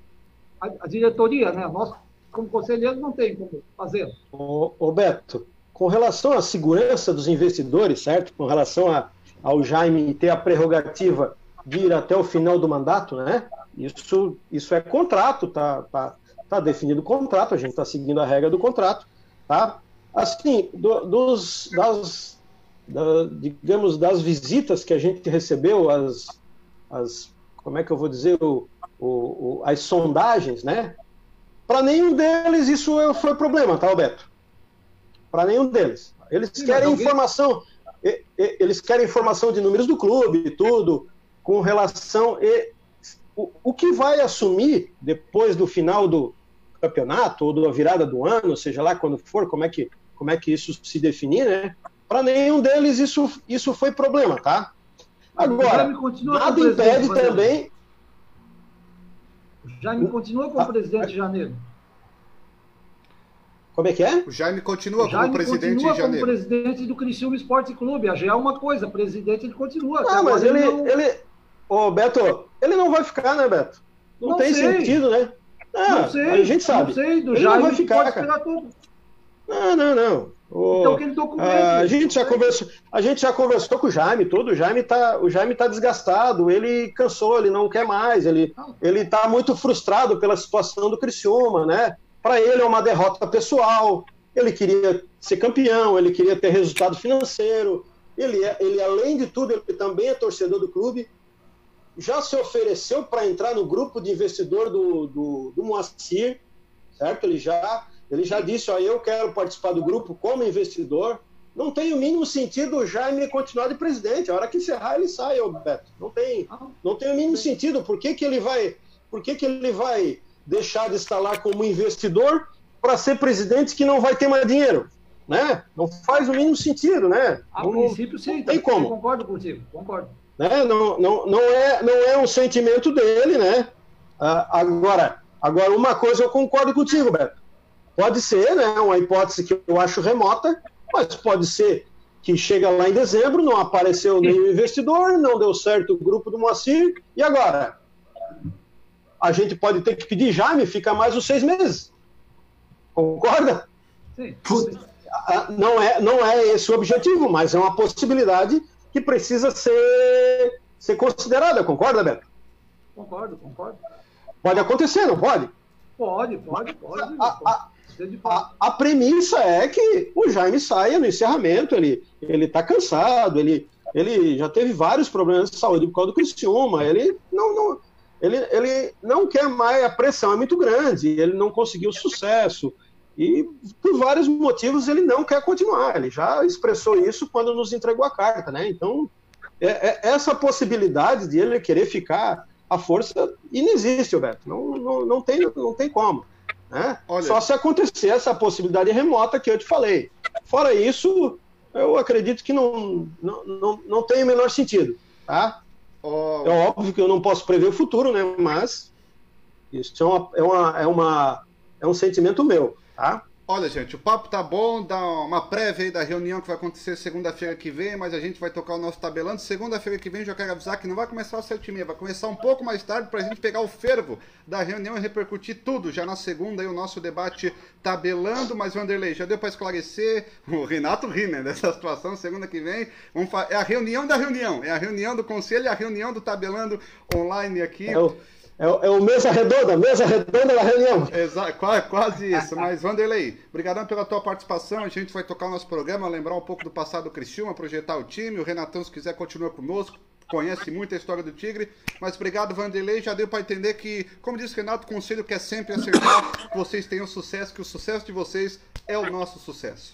A, a diretoria, né? Nós, como conselheiros, não tem como fazer. Ô, ô Beto, com relação à segurança dos investidores, certo? Com relação a, ao Jaime ter a prerrogativa de ir até o final do mandato, né? Isso, isso é contrato, tá, tá, tá definido o contrato, a gente está seguindo a regra do contrato, tá? Assim, do, dos, das, da, digamos, das visitas que a gente recebeu, as, as como é que eu vou dizer, o, o, o, as sondagens, né? Para nenhum deles isso foi problema, tá, Beto? Para nenhum deles. Eles Sim, querem alguém... informação, e, e, eles querem informação de números do clube e tudo, com relação... E, o, o que vai assumir depois do final do campeonato, ou da virada do ano, seja lá quando for, como é que, como é que isso se definir, né? Para nenhum deles isso, isso foi problema, tá? Agora, nada impede também... O Jaime continua como presidente de janeiro. Como é que é? O Jaime continua o Jaime como presidente continua de janeiro. como presidente do Criciúma Esporte Clube. Já é uma coisa, presidente ele continua. Ah, mas ele... não... ele... Ô, Beto, ele não vai ficar, né, Beto? Não, não tem sei. sentido, né? Ah, não sei, a gente sabe. Não sei, do ele Jaime não vai ficar, pode cara. Tudo. Não, não, não. O, então, aquele documento, a, gente já conversou, a gente já conversou com o Jaime, tudo. O Jaime tá, o Jaime tá desgastado, ele cansou, ele não quer mais, ele, ele tá muito frustrado pela situação do Criciúma, né? Para ele é uma derrota pessoal, ele queria ser campeão, ele queria ter resultado financeiro, ele, ele além de tudo, ele também é torcedor do clube, já se ofereceu para entrar no grupo de investidor do, do, do Moacir, certo? Ele já... Ele já disse, ó, eu quero participar do grupo como investidor. Não tem o mínimo sentido o Jaime continuar de presidente. A hora que encerrar, ele sai, ô Beto. Não tem, não tem o mínimo sentido. Por que, que ele vai, por que, que ele vai deixar de estar lá como investidor para ser presidente que não vai ter mais dinheiro? Né? Não faz o mínimo sentido, né? A não, princípio, sim. Não tem como. Eu concordo contigo, concordo. Né? Não, não, não, é, não é um sentimento dele, né? Ah, agora, agora, uma coisa eu concordo contigo, Beto. Pode ser, né, uma hipótese que eu acho remota, mas pode ser que chega lá em dezembro, não apareceu nenhum investidor, não deu certo o grupo do Moacir, e agora? A gente pode ter que pedir Jaime, fica mais uns seis meses. Concorda? Sim. Não é, não é esse o objetivo, mas é uma possibilidade que precisa ser, ser considerada, concorda, Beto? Concordo, concordo. Pode acontecer, não pode? Pode, pode, pode. A, a, a, a premissa é que o Jaime saia no encerramento, ele ele está cansado, ele, ele já teve vários problemas de saúde por causa do Criciúma, ele não, não, ele, ele não quer mais, a pressão é muito grande, ele não conseguiu sucesso, e por vários motivos ele não quer continuar, ele já expressou isso quando nos entregou a carta, né? Então, é, é, essa possibilidade de ele querer ficar à força inexiste, Roberto, não, não, não, tem, não tem como. Né? Só se acontecer essa possibilidade remota que eu te falei. Fora isso, eu acredito que não, não, não, não tem o menor sentido. Tá? Oh. É óbvio que eu não posso prever o futuro, né? Mas isso é, uma, é, uma, é, uma, é um sentimento meu. Tá? Olha, gente, o papo tá bom, dá uma prévia aí da reunião que vai acontecer segunda-feira que vem, mas a gente vai tocar o nosso tabelando. Segunda-feira que vem, já quero avisar que não vai começar às sete e meia, vai começar um pouco mais tarde pra gente pegar o fervo da reunião e repercutir tudo. Já na segunda aí o nosso debate tabelando, mas Vanderlei, já deu pra esclarecer, o Renato ri, né, dessa situação, segunda que vem, vamos fa... é a reunião da reunião, é a reunião do conselho e a reunião do tabelando online aqui. É o... É o, é o mesa redonda, mesa redonda da reunião. Exato, quase, quase isso. Mas, Vanderlei, obrigadão pela tua participação. A gente vai tocar o nosso programa, lembrar um pouco do passado do Criciúma, projetar o time. O Renatão, se quiser, continua conosco. Conhece muito a história do Tigre. Mas obrigado, Vanderlei. Já deu para entender que, como disse Renato, o conselho quer sempre acertar, que vocês tenham sucesso, que o sucesso de vocês é o nosso sucesso.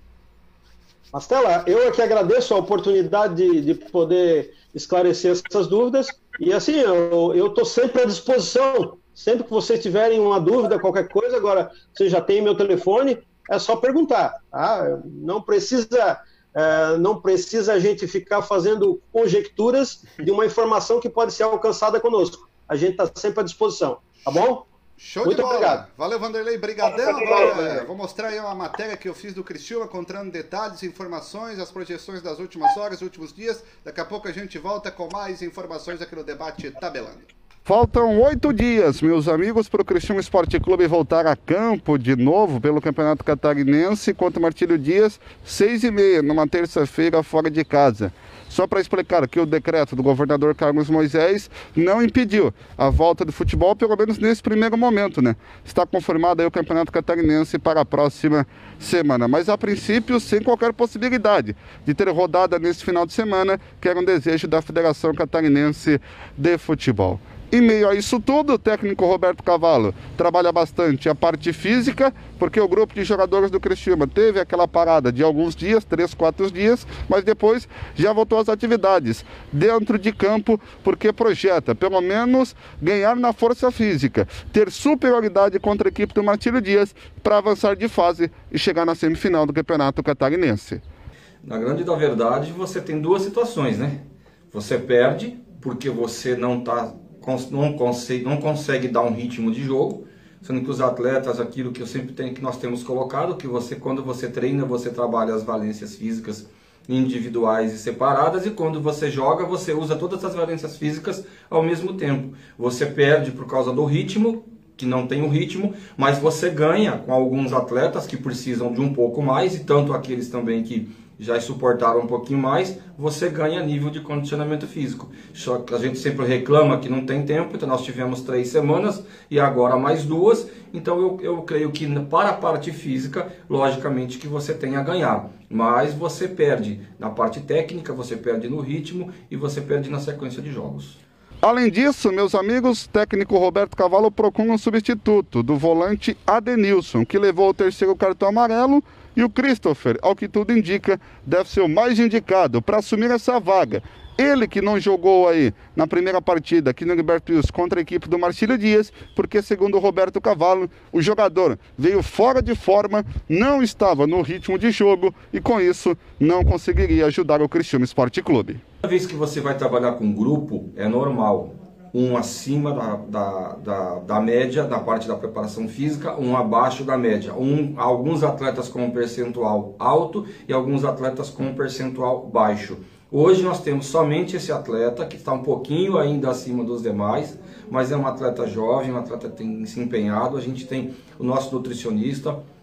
Mastela, eu é que agradeço a oportunidade de, de poder esclarecer essas dúvidas. E assim, eu estou sempre à disposição. Sempre que vocês tiverem uma dúvida, qualquer coisa, agora você já tem meu telefone, é só perguntar. Tá? Não precisa, é, não precisa a gente ficar fazendo conjecturas de uma informação que pode ser alcançada conosco. A gente está sempre à disposição. Tá bom? Show Muito de bola. Obrigado. Valeu, Vanderlei. Brigadão. Agora, vou mostrar aí uma matéria que eu fiz do Criciúma, contando detalhes, informações, as projeções das últimas horas, últimos dias. Daqui a pouco a gente volta com mais informações aqui no Debate Tabelando. Faltam oito dias, meus amigos, para o Criciúma Esporte Clube voltar a campo de novo pelo Campeonato Catarinense contra o Martílio Dias, seis e meia, numa terça-feira, fora de casa. Só para explicar que o decreto do governador Carlos Moisés não impediu a volta do futebol, pelo menos nesse primeiro momento, né? Está confirmado aí o Campeonato Catarinense para a próxima semana. Mas a princípio, sem qualquer possibilidade de ter rodada nesse final de semana, que era um desejo da Federação Catarinense de Futebol. Em meio a isso tudo, o técnico Roberto Cavalo trabalha bastante a parte física, porque o grupo de jogadores do Criciúma teve aquela parada de alguns dias, três, quatro dias, mas depois já voltou às atividades dentro de campo, porque projeta, pelo menos, ganhar na força física, ter superioridade contra a equipe do Martílio Dias para avançar de fase e chegar na semifinal do Campeonato Catarinense. Na grande da verdade, você tem duas situações, né? Você perde porque você não está... Não consegue, não consegue dar um ritmo de jogo, sendo que os atletas, aquilo que eu sempre tenho, que nós temos colocado, que você, quando você treina, você trabalha as valências físicas individuais e separadas, e quando você joga, você usa todas as valências físicas ao mesmo tempo. Você perde por causa do ritmo, que não tem o ritmo, mas você ganha com alguns atletas que precisam de um pouco mais, e tanto aqueles também que já suportaram um pouquinho mais, você ganha nível de condicionamento físico. Só que a gente sempre reclama que não tem tempo, então nós tivemos três semanas e agora mais duas, então eu, eu creio que para a parte física, logicamente que você tem a ganhar, mas você perde na parte técnica, você perde no ritmo e você perde na sequência de jogos. Além disso, meus amigos, o técnico Roberto Cavalo procura um substituto do volante Adenilson, que levou o terceiro cartão amarelo, e o Christopher, ao que tudo indica, deve ser o mais indicado para assumir essa vaga. Ele que não jogou aí na primeira partida aqui no Liberto Wilson contra a equipe do Martílio Dias, porque segundo o Roberto Cavalo, o jogador veio fora de forma, não estava no ritmo de jogo e com isso não conseguiria ajudar o Criciúma Esporte Clube. Toda vez que você vai trabalhar com grupo, é normal. Um acima da, da, da, da média, da parte da preparação física, um abaixo da média. Um, alguns atletas com um percentual alto e alguns atletas com um percentual baixo. Hoje nós temos somente esse atleta, que está um pouquinho ainda acima dos demais, mas é um atleta jovem, um atleta que tem se empenhado. A gente tem o nosso nutricionista,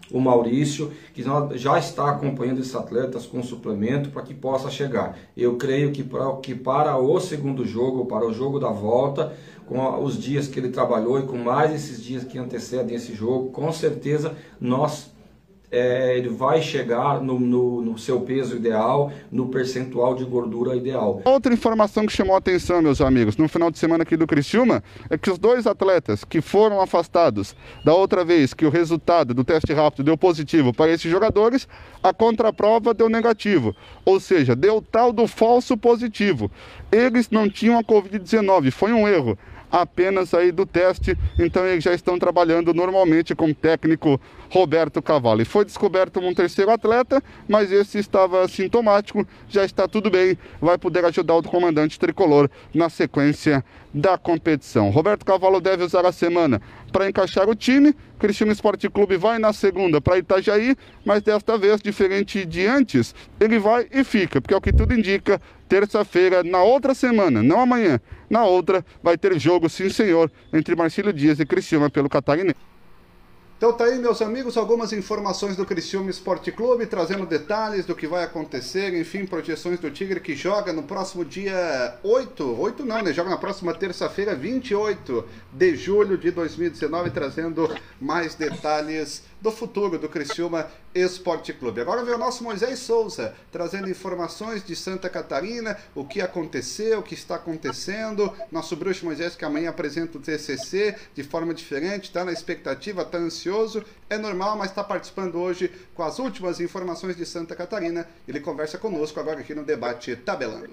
o Maurício, que já está acompanhando esses atletas com suplemento para que possa chegar. Eu creio que para, que para o segundo jogo, para o jogo da volta, com os dias que ele trabalhou e com mais esses dias que antecedem esse jogo, com certeza nós É, ele vai chegar no, no, no seu peso ideal, no percentual de gordura ideal. Outra informação que chamou a atenção, meus amigos, no final de semana aqui do Criciúma, é que os dois atletas que foram afastados da outra vez que o resultado do teste rápido deu positivo para esses jogadores, a contraprova deu negativo, ou seja, deu tal do falso positivo. Eles não tinham a covid dezenove, foi um erro apenas aí do teste, então eles já estão trabalhando normalmente com o técnico Roberto Cavallo. E foi descoberto um terceiro atleta, mas esse estava sintomático, já está tudo bem, vai poder ajudar o comandante tricolor na sequência da competição. Roberto Cavallo deve usar a semana para encaixar o time. Criciúma Esporte Clube vai na segunda para Itajaí, mas desta vez, diferente de antes, ele vai e fica, porque é o que tudo indica, terça-feira, na outra semana, não amanhã, na outra, vai ter jogo, sim senhor, entre Marcílio Dias e Criciúma pelo Catarinense. Então tá aí, meus amigos, algumas informações do Criciúma Esporte Clube, trazendo detalhes do que vai acontecer, enfim, projeções do Tigre que joga no próximo dia oito, oito não, né? Joga na próxima terça-feira, vinte e oito de julho de dois mil e dezenove, trazendo mais detalhes do futuro do Criciúma Esporte Clube. Agora vem o nosso Moisés Souza, trazendo informações de Santa Catarina, o que aconteceu, o que está acontecendo. Nosso bruxo Moisés, que amanhã apresenta o T C C de forma diferente, está na expectativa, está ansioso, é normal, mas está participando hoje com as últimas informações de Santa Catarina. Ele conversa conosco agora aqui no Debate Tabelando.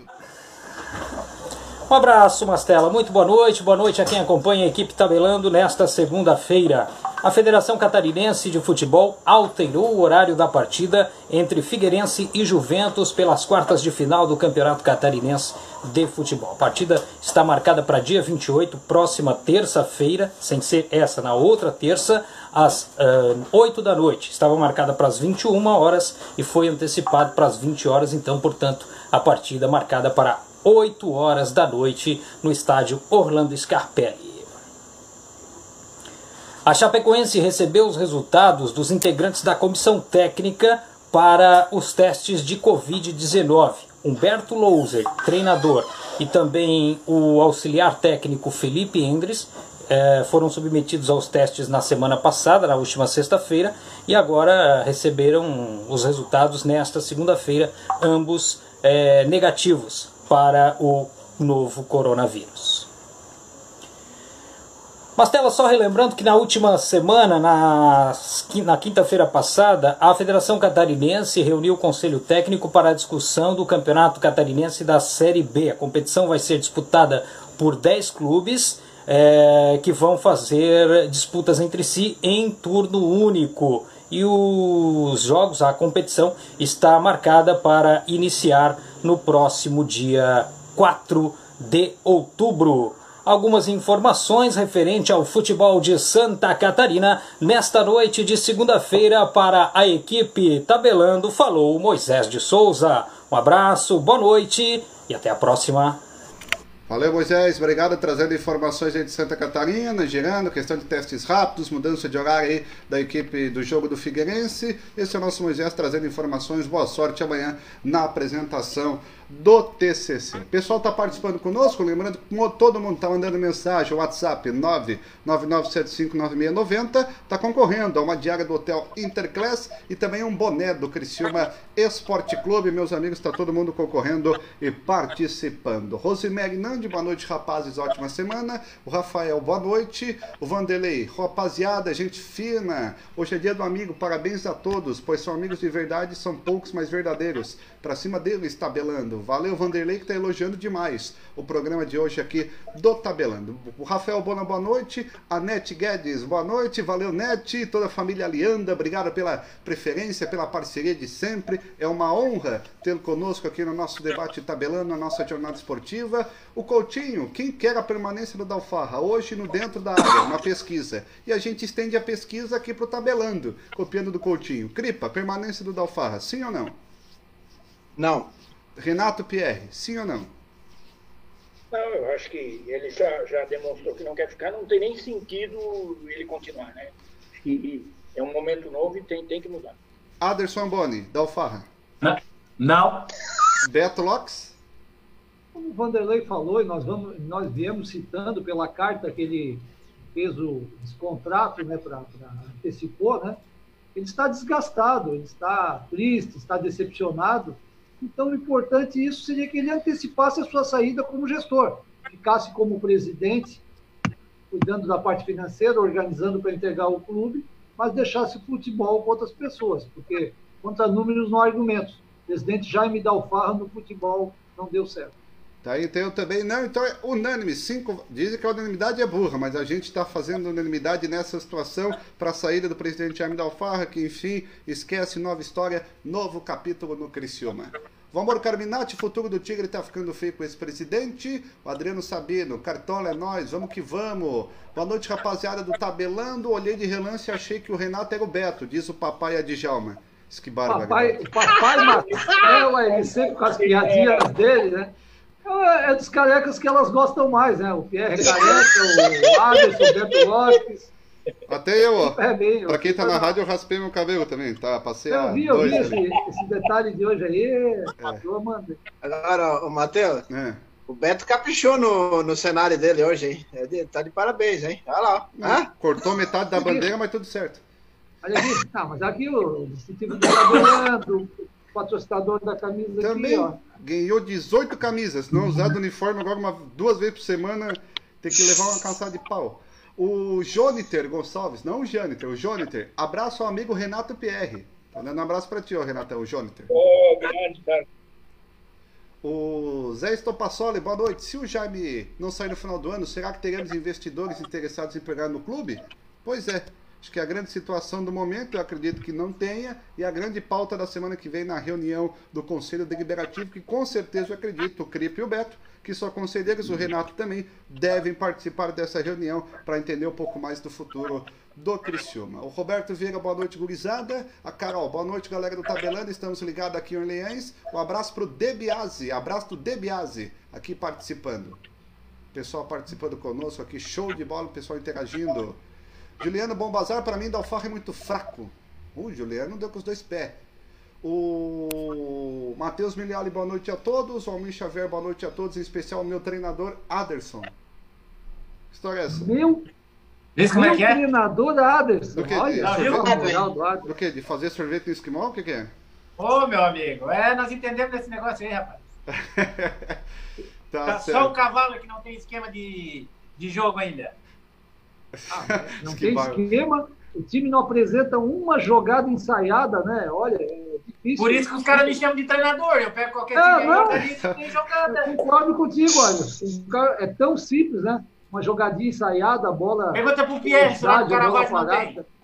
Um abraço, Mastella. Muito boa noite. Boa noite a quem acompanha a equipe Tabelando nesta segunda-feira. A Federação Catarinense de Futebol alterou o horário da partida entre Figueirense e Juventus pelas quartas de final do Campeonato Catarinense de Futebol. A partida está marcada para dia vinte e oito, próxima terça-feira, sem ser essa, na outra terça, às uh, oito da noite. Estava marcada para as vinte e uma horas e foi antecipado para as vinte horas, então, portanto, a partida marcada para oito horas da noite no estádio Orlando Scarpelli. A Chapecoense recebeu os resultados dos integrantes da comissão técnica para os testes de covid dezenove. Humberto Louser, treinador, e também o auxiliar técnico Felipe Endres eh, foram submetidos aos testes na semana passada, na última sexta-feira, e agora receberam os resultados nesta segunda-feira, ambos eh, negativos para o novo coronavírus. Mastella, só relembrando que na última semana, na, na quinta-feira passada, a Federação Catarinense reuniu o Conselho Técnico para a discussão do Campeonato Catarinense da Série B. A competição vai ser disputada por dez clubes é, que vão fazer disputas entre si em turno único. E os jogos, a competição está marcada para iniciar no próximo dia quatro de outubro. Algumas informações referente ao futebol de Santa Catarina nesta noite de segunda-feira para a equipe Tabelando, falou Moisés de Souza. Um abraço, boa noite e até a próxima. Valeu, Moisés, obrigado, trazendo informações aí de Santa Catarina, girando, questão de testes rápidos, mudança de horário aí da equipe do jogo do Figueirense. Esse é o nosso Moisés trazendo informações, boa sorte amanhã na apresentação do T C C. O pessoal está participando conosco, lembrando que todo mundo está mandando mensagem, o WhatsApp nove nove nove sete cinco nove seis nove zero, está concorrendo a uma diária do Hotel Interclass e também um boné do Criciúma Esporte Clube. Meus amigos, está todo mundo concorrendo e participando. Rosemary Nandi, boa noite, rapazes, ótima semana. O Rafael, boa noite. O Vanderlei, rapaziada, gente fina. Hoje é dia do amigo, parabéns a todos, pois são amigos de verdade, são poucos, mas verdadeiros. Pra cima deles, Tabelando. Valeu, Vanderlei, que está elogiando demais o programa de hoje aqui do Tabelando. O Rafael Bona, boa noite. A Nete Guedes, boa noite. Valeu, Nete. Toda a família Alianda, obrigado pela preferência, pela parceria de sempre. É uma honra tê-lo conosco aqui no nosso debate Tabelando, na nossa jornada esportiva. O Coutinho, quem quer a permanência do Dalfarra? Hoje no Dentro da Área, uma pesquisa. E a gente estende a pesquisa aqui para o Tabelando, copiando do Coutinho. Cripa, permanência do Dalfarra, sim ou não? Não. Renato Pierre, sim ou não? Não, eu acho que ele já, já demonstrou que não quer ficar, não tem nem sentido ele continuar, né? E, É um momento novo e tem, tem que mudar. Aderson Boni, da Alfarra. Não. Beto Lopes? Como o Vanderlei falou, e nós, vamos, nós viemos citando pela carta que ele fez o contrato, né, para antecipou, né? Ele está desgastado, ele está triste, está decepcionado. Então, o importante isso seria que ele antecipasse a sua saída como gestor, ficasse como presidente, cuidando da parte financeira, organizando para entregar o clube, mas deixasse o futebol com outras pessoas, porque contra números não há argumentos. O presidente Jaime da Alfarra no futebol não deu certo. Tá aí, tem eu também. Não, então é unânime. Cinco, dizem que a unanimidade é burra, mas a gente está fazendo unanimidade nessa situação para a saída do presidente Jaime da Alfarra, que enfim esquece nova história, novo capítulo no Criciúma. Vamos, Carminati, futuro do Tigre tá ficando feio com esse presidente. O Adriano Sabino, Cartola é nós, vamos que vamos. Boa noite, rapaziada do Tabelando. Olhei de relance e achei que o Renato era o Beto, diz o papai Adjalma. Isso que bárbaro. Papai, o papai Marcelo, ele sempre com as piadinhas dele, né? É dos carecas que elas gostam mais, né? O Pierre Careca, o Aderson, o Beto Lopes. Até eu, ó. É bem, pra quem tá na rádio, eu raspei meu cabelo também, tá? Passei a Eu vi, eu dois vi ali. esse, esse detalhe de hoje aí, eu mandei. Agora, o Matheus, É. o Beto caprichou no, no cenário dele hoje, hein? É de- tá de parabéns, hein? Olha lá. Não, Hã? cortou metade da bandeira, mas tudo certo. Olha aqui, não, mas aqui o distintivo do Tabelando, o patrocinador da camisa Também aqui, ó. ganhou dezoito camisas, não usado uniforme agora uma, duas vezes por semana, tem que levar uma calçada de pau. O Joniter Gonçalves, não o Jâniter, o Joniter, abraço ao amigo Renato Pierre. Tá dando um abraço pra ti, ó, Renatão, o Joniter. Ô, grande, cara. O Zé Estopassoli, boa noite. Se o Jaime não sair no final do ano, será que teremos investidores interessados em pegar no clube? Pois é. Acho que a grande situação do momento, eu acredito que não tenha, e a grande pauta da semana que vem na reunião do Conselho Deliberativo, que com certeza eu acredito, o Cripe e o Beto, que são conselheiros, o Renato também, devem participar dessa reunião para entender um pouco mais do futuro do Criciúma. O Roberto Vieira, boa noite, gurizada. A Carol, boa noite, galera do Tabelando, estamos ligados aqui em Orleans. Um abraço pro Debiase, abraço do Debiase, aqui participando. Pessoal participando conosco aqui, show de bola, o pessoal interagindo. Juliano Bombazar, para mim, da Alfarra é muito fraco. O Juliano deu com os dois pés. O Matheus Miliali, boa noite a todos. O Almir Xavier, boa noite a todos. Em especial o meu treinador, Aderson. Que história é essa? Meu, Diz como é meu que é? treinador Aderson, Do que? olha, De, Não, sorvete viu? na moral do Aderson. do que? De fazer sorvete no esquimó? O que, que é? Ô, meu amigo, é, nós entendemos desse negócio aí, rapaz. Tá Tá certo. só o cavalo que não tem esquema de, de jogo ainda. Ah, não Que tem barba. esquema, o time não apresenta uma jogada ensaiada, né? Olha, é difícil. Por isso que os caras me chamam de treinador. Eu pego qualquer Ah, time aí, não. organizo e tem Eu jogada. concordo contigo, olha. O cara é tão simples, né? Uma jogadinha ensaiada, a bola. Pergunta pro Pierre, será que o velocidade, a bola Caravaggio não tem? parada.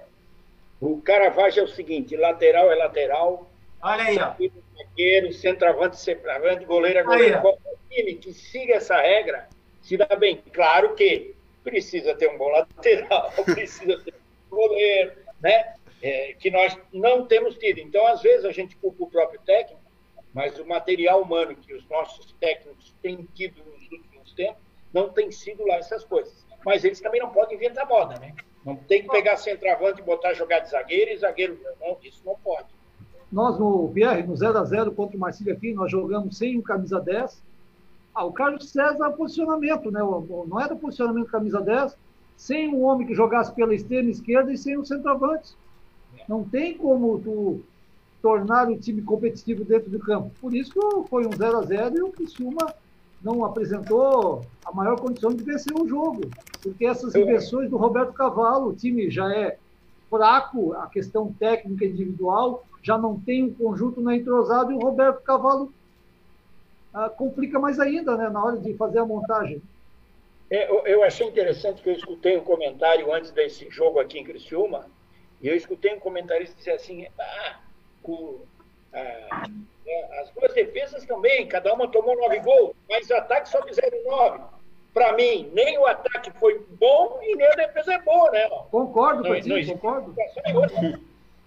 O Caravaggio é o seguinte, lateral é lateral, Olha aí, ó. zagueiro, centroavante, centroavante, goleiro é Aí, goleiro. ó. Qualquer time que siga essa regra se dá bem. Claro que precisa ter um bom lateral, precisa ter um goleiro, né? É, que nós não temos tido. Então, às vezes, a gente culpa o próprio técnico, mas o material humano que os nossos técnicos têm tido nos últimos tempos não tem sido lá essas coisas. Mas eles também não podem inventar moda, né? Não tem que pegar centroavante e botar jogar de zagueiro e zagueiro não, isso não pode. Nós no Pierre, no zero a zero contra o Marcílio aqui, nós jogamos sem o camisa dez. Ah, o Carlos César é o posicionamento, né? Não era o posicionamento camisa dez, sem um homem que jogasse pela extrema esquerda e sem um centroavante. Não tem como tu tornar o time competitivo dentro do campo. Por isso que foi um zero a zero e o Criciúma não apresentou a maior condição de vencer o jogo. Porque essas inversões do Roberto Cavalo, o time já é fraco, a questão técnica individual, já não tem um conjunto não entrosado, e o Roberto Cavalo ah, complica mais ainda, né, na hora de fazer a montagem. É, eu, eu achei interessante que eu escutei um comentário antes desse jogo aqui em Criciúma, e eu escutei um comentarista dizer assim, ah, com, ah, é, as duas defesas também, cada uma tomou nove gols, mas os ataques só fizeram nove. Para mim, nem o ataque foi bom e nem a defesa é boa, né? Concordo, Não, Patinho, não existe concordo. situação nenhuma, né?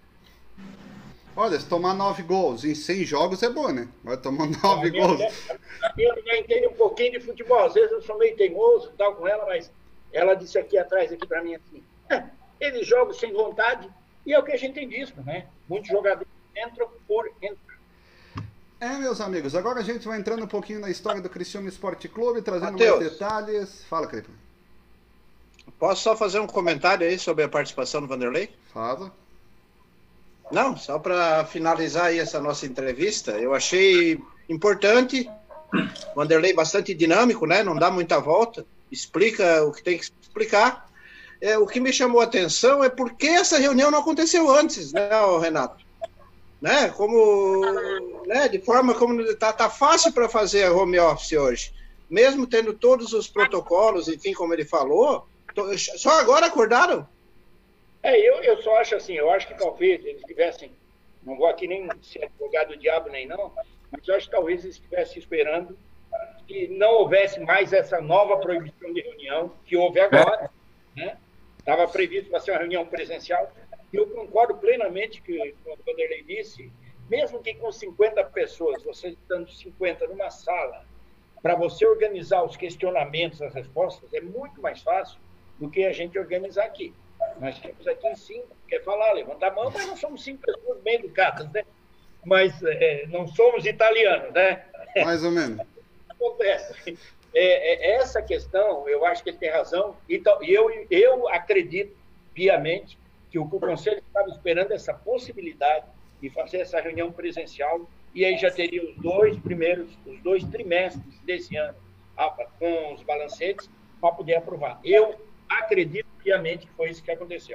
Olha, se tomar nove gols em cem jogos é bom, né? Vai tomar nove A minha gols. mulher- a minha mulher entende um pouquinho de futebol. Às vezes eu sou meio teimoso e tal com ela, mas ela disse aqui atrás, aqui para mim, assim, "Ah, eles jogam sem vontade, E é o que a gente tem visto, né? Muitos jogadores entram por entrar. É, meus amigos, agora a gente vai entrando um pouquinho na história do Criciúma Esporte Clube, trazendo Mateus, mais detalhes. Fala, Cripa. Posso só fazer um comentário aí sobre a participação do Vanderlei? Fala. Não, só para finalizar aí essa nossa entrevista, eu achei importante, o Vanderlei bastante dinâmico, né? Não dá muita volta, explica o que tem que explicar. É, o que me chamou a atenção é por que essa reunião não aconteceu antes, né, Renato? Né? Como, né, de forma como tá, tá fácil para fazer a home office hoje, mesmo tendo todos os protocolos, enfim, como ele falou, tô, só agora acordaram? É, eu, eu só acho assim, eu acho que talvez eles tivessem, não vou aqui nem ser advogado do diabo nem não, mas eu acho que talvez eles estivessem esperando que não houvesse mais essa nova proibição de reunião que houve agora, né? Estava previsto para ser uma reunião presencial. E eu concordo plenamente que, como o Vanderlei disse, mesmo que com cinquenta pessoas, você estando cinquenta numa sala, para você organizar os questionamentos, as respostas, é muito mais fácil do que a gente organizar aqui. Nós temos aqui em cinco, quer falar, levantar a mão, mas nós somos cinco pessoas bem educadas, né? Mas é, não somos italianos, né? Mais ou menos. Acontece. É, é, essa questão, eu acho que ele tem razão, e eu, eu acredito piamente que o, o Conselho estava esperando essa possibilidade de fazer essa reunião presencial, e aí já teria os dois primeiros, os dois trimestres desse ano, com os balancetes, para poder aprovar. Eu acredito piamente que foi isso que aconteceu.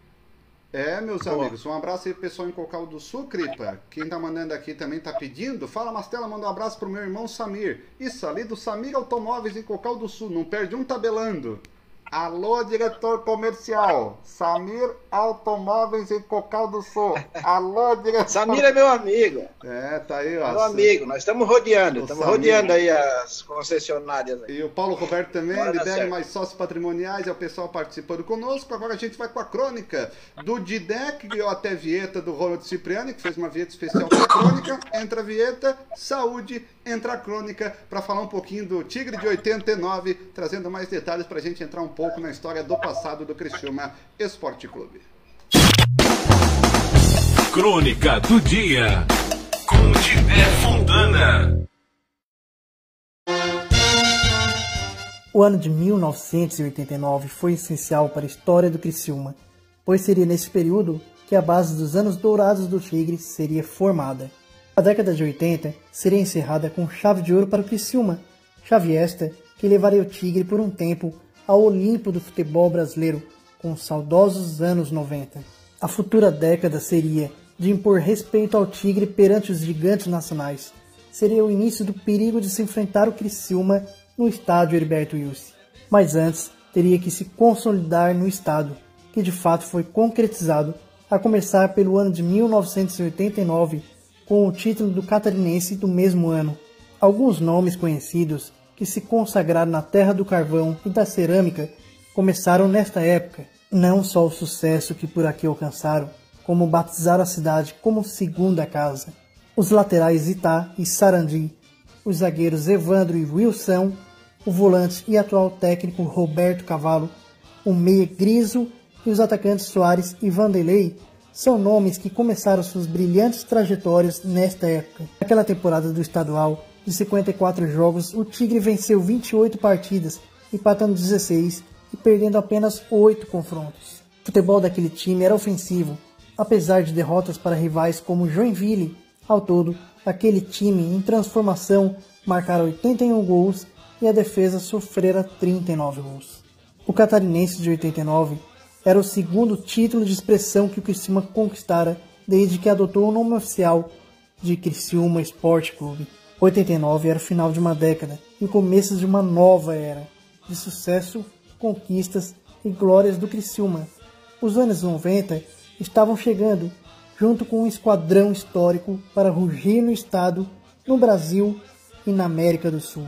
É, meus amigos, um abraço aí pro pessoal em Cocal do Sul, Cripa. Quem tá mandando aqui também tá pedindo. Fala, Mastela, manda um abraço pro meu irmão Samir. Isso, ali do Samir Automóveis em Cocal do Sul, não perde um tabelando. Alô, diretor comercial. Samir Automóveis em Cocal do Sul. Alô, diretor. Samir é meu amigo. É, tá aí, ó. Meu amigo, nós estamos rodeando, O estamos Samir. rodeando aí as concessionárias. Aí. E o Paulo Roberto também, Bora dar lidere certo. mais sócios patrimoniais, é o pessoal participando conosco. Agora a gente vai com a crônica do Didé, que ganhou até Vieta do Ronald Cipriani, que fez uma Vieta especial para a crônica. Entra a Vieta, saúde, entra a crônica, para falar um pouquinho do Tigre de oitenta e nove, trazendo mais detalhes para a gente entrar um pouco na história do passado do Criciúma Esporte Clube. Crônica do dia com Didé Fontana. O ano de mil novecentos e oitenta e nove foi essencial para a história do Criciúma, pois seria nesse período que a base dos anos dourados do Tigre seria formada. A década de oitenta seria encerrada com chave de ouro para o Criciúma, chave esta que levaria o Tigre por um tempo ao Olimpo do futebol brasileiro, com os saudosos anos noventa. A futura década seria de impor respeito ao Tigre perante os gigantes nacionais. Seria o início do perigo de se enfrentar o Criciúma no estádio Heriberto Wilson. Mas antes, teria que se consolidar no estado, que de fato foi concretizado, a começar pelo ano de mil novecentos e oitenta e nove, com o título do Catarinense do mesmo ano. Alguns nomes conhecidos que se consagraram na terra do carvão e da cerâmica começaram nesta época. Não só o sucesso que por aqui alcançaram, como batizaram a cidade como segunda casa. Os laterais Itá e Sarandi, os zagueiros Evandro e Wilson, o volante e atual técnico Roberto Cavalo, o meia Griso e os atacantes Soares e Vanderlei são nomes que começaram suas brilhantes trajetórias nesta época. Naquela temporada do estadual, de cinquenta e quatro jogos, o Tigre venceu vinte e oito partidas, empatando dezesseis e perdendo apenas oito confrontos. O futebol daquele time era ofensivo, apesar de derrotas para rivais como Joinville. Ao todo, aquele time em transformação marcara oitenta e um gols e a defesa sofrera trinta e nove gols. O Catarinense de oitenta e nove era o segundo título de expressão que o Criciúma conquistara desde que adotou o nome oficial de Criciúma Esporte Clube. oitenta e nove era o final de uma década e o começo de uma nova era de sucesso, conquistas e glórias do Criciúma. Os anos noventa estavam chegando, junto com um esquadrão histórico para rugir no estado, no Brasil e na América do Sul.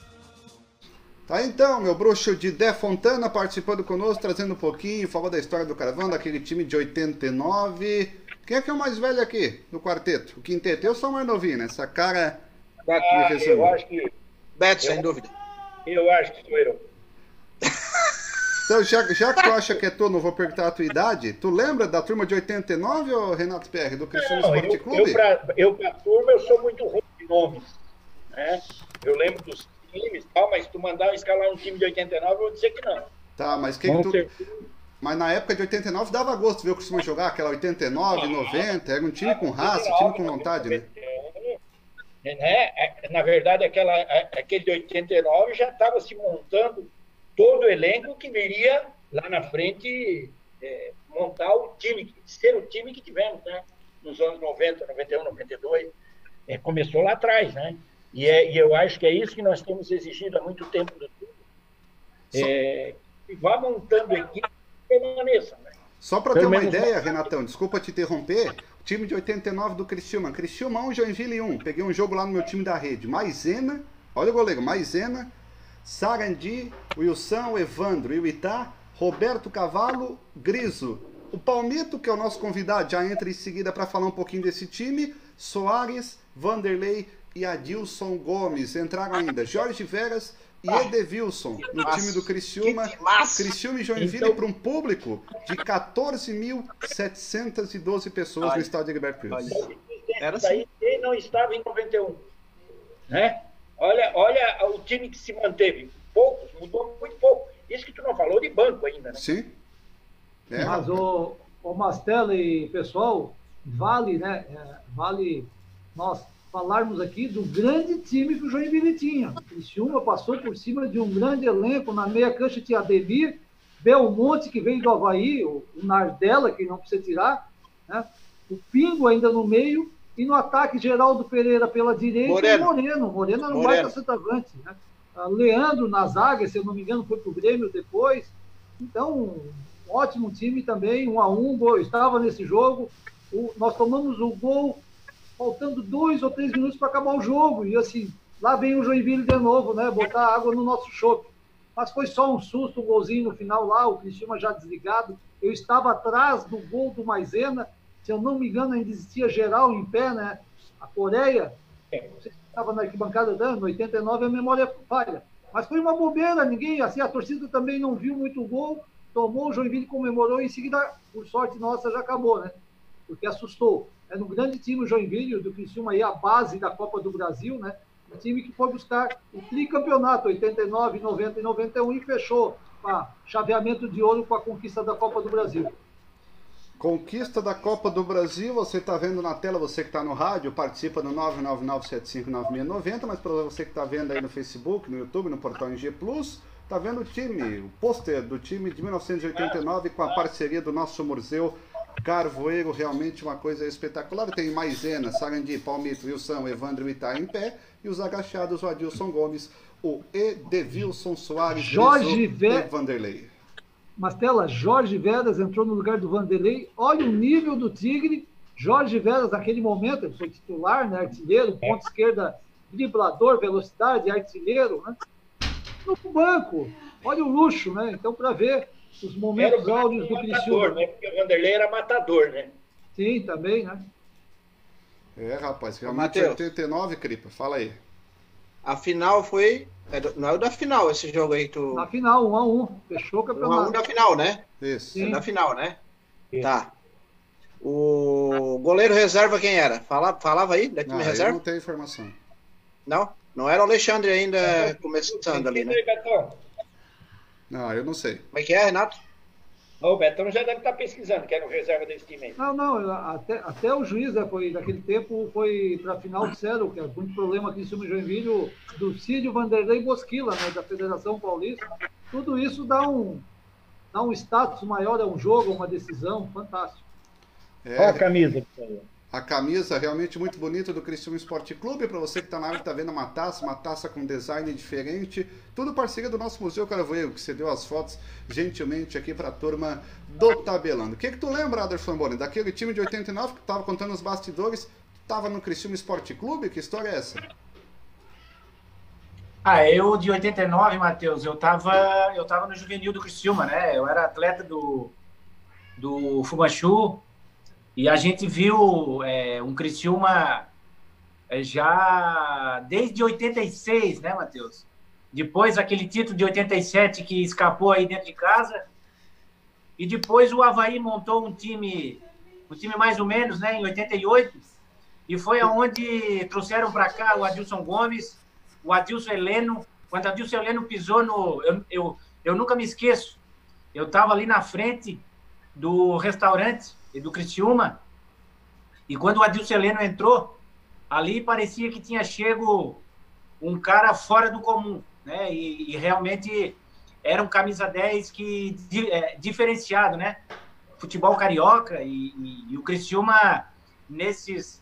Tá então, meu bruxo Didé Fontana participando conosco, trazendo um pouquinho, falou da história do Carvão, daquele time de oitenta e nove. Quem é que é o mais velho aqui do quarteto? O quinteto? Eu sou o mais novinho, né? Essa cara... Ah, eu acho que... Beto, sem dúvida. Eu acho que sou eu. Então, já, já que tu acha que é tu, não vou perguntar a tua idade, tu lembra da turma de oitenta e nove, ou Renato P R, do Criciúma Esporte Clube? Eu, pra, eu, pra turma, eu sou muito ruim de nomes, né? Eu lembro dos times e tal, mas se tu mandar escalar um time de oitenta e nove, eu vou dizer que não. Tá, mas quem que tu... Mas na época de oitenta e nove dava gosto de ver o Criciúma jogar, aquela oitenta e nove, noventa, era um time com raça, um time com vontade, né? É, na verdade, aquela, aquele de oitenta e nove já estava se montando todo o elenco que viria lá na frente é, montar o time, ser o time que tivemos, né? Nos anos noventa, noventa e um, noventa e dois. É, começou lá atrás, né? E, é, e eu acho que é isso que nós temos exigido há muito tempo do clube. É, que vá montando equipe que permaneça, né? Só para ter uma ideia, Renatão, desculpa te interromper, time de oitenta e nove do Criciúma, Criciúma um, Joinville um, peguei um jogo lá no meu time da rede, Maisena, olha o goleiro, Maisena, Sarandi, Wilson, Evandro, Iuitá, Roberto Cavalo, Griso, o Palmito, que é o nosso convidado, já entra em seguida para falar um pouquinho desse time, Soares, Vanderlei e Adilson Gomes, entraram ainda, Jorge Veras e Edevilson, no Nossa, time do Criciúma, Criciúma e Joinville, então... para um público de quatorze mil setecentas e doze pessoas olha, no estádio de Gilberto Pires. Era assim. Quem não estava em noventa e um, né? Olha, olha o time que se manteve, poucos, mudou muito pouco. Isso que tu não falou de banco ainda, né? Sim. É. Mas o, o Mastella e pessoal, vale, né? É, vale nós falarmos aqui do grande time que o Joinville tinha. O Criciúma passou por cima de um grande elenco. Na meia cancha tinha Ademir, Belmonte, que veio do Avaí, o, o Nardella, que não precisa tirar, né? O Pingo ainda no meio, e no ataque Geraldo Pereira pela direita Moreno. e Moreno. Moreno era um baita centroavante, né? Leandro na zaga, se eu não me engano, foi pro Grêmio depois. Então, um ótimo time também, um a um, eu estava nesse jogo. O, nós tomamos o gol faltando dois ou três minutos para acabar o jogo. E assim, lá vem o Joinville de novo, né? Botar água no nosso chope. Mas foi só um susto, um golzinho no final lá, o Criciúma já desligado. Eu estava atrás do gol do Maisena. Se eu não me engano, ainda existia geral em pé, né? A Coreia. Você estava na arquibancada dando, oitenta e nove, a memória falha. Mas foi uma bobeira, ninguém, assim, a torcida também não viu muito o gol, tomou, o Joinville comemorou e em seguida, por sorte nossa, já acabou, né? Porque assustou. É um grande time o Joinville, do Criciúma aí, a base da Copa do Brasil, né? Um time que foi buscar o tricampeonato, oitenta e nove, noventa e noventa e um, e fechou a chaveamento de ouro com a conquista da Copa do Brasil. Conquista da Copa do Brasil, você está vendo na tela, você que está no rádio, participa no nove nove nove sete cinco nove seis nove zero, mas para você que está vendo aí no Facebook, no YouTube, no portal N G Plus, está vendo o time, o pôster do time de mil novecentos e oitenta e nove com a parceria do nosso museu Carvoeiro, realmente uma coisa espetacular. Tem Maisena, Sarandi, Palmito, Wilson, Evandro e Itá em pé, e os agachados, o Adilson Gomes, o Edevilson Soares, Jorge Ve... e Vanderlei. Mastella, Jorge Veras entrou no lugar do Vanderlei. Olha o nível do Tigre. Jorge Veras, naquele momento, ele foi titular, né? Artilheiro, ponta esquerda, driblador, velocidade, artilheiro, né? No banco. Olha o luxo, né? Então, para ver os momentos áureos do Criciúma. Né? Porque o Vanderlei era matador, né? Sim, também, né? É, rapaz, realmente é oitenta e nove, Cripa. Fala aí. A final foi... É do, não é o da final esse jogo aí, tu... Na final, um a um. Fechou o campeonato. um a um da final, né? Isso. É da final, né? Sim. Tá. O goleiro reserva quem era? Fala, falava aí, da time não, reserva? Não tem informação. Não? Não era o Alexandre ainda é, começando ali, né? Não, eu não sei. Como é que é, Renato? O Betão já deve estar pesquisando, que era o reserva desse time aí. Não, não, até, até o juiz, né, foi, naquele tempo, foi para a final de zero, que é muito problema aqui em cima de Joinville, do Cídio, Vanderlei e Bosquila, né, da Federação Paulista. Tudo isso dá um, dá um status maior, é um jogo, uma decisão, fantástico. É, Olha a camisa. A camisa realmente muito bonita do Criciúma Esporte Clube. Para você que está na área, está vendo uma taça, uma taça com design diferente. Tudo parceria do nosso Museu Carvoeiro, que cedeu as fotos gentilmente aqui para a turma do Tabelando. O que que tu lembra, Aderson Boni, daquele time de oitenta e nove que estava contando os bastidores, estava no Criciúma Esporte Clube? Que história é essa? Ah, eu de oitenta e nove, Matheus, eu estava eu tava no juvenil do Criciúma, né? Eu era atleta do, do Fumanchu. E a gente viu é, um Criciúma é, já desde oitenta e seis, né, Matheus? depois aquele título de oitenta e sete que escapou aí dentro de casa, e depois o Avaí montou um time, um time mais ou menos, né, em oitenta e oito, e foi aonde trouxeram para cá o Adilson Gomes, o Adilson Heleno. Quando o Adilson Heleno pisou no... Eu, eu, eu nunca me esqueço, eu estava ali na frente do restaurante do Criciúma, e quando o Adilson Heleno entrou, ali parecia que tinha chego um cara fora do comum, né? E, e realmente era um camisa dez que, é, diferenciado, né? Futebol carioca, e, e, e o Criciúma, nesses,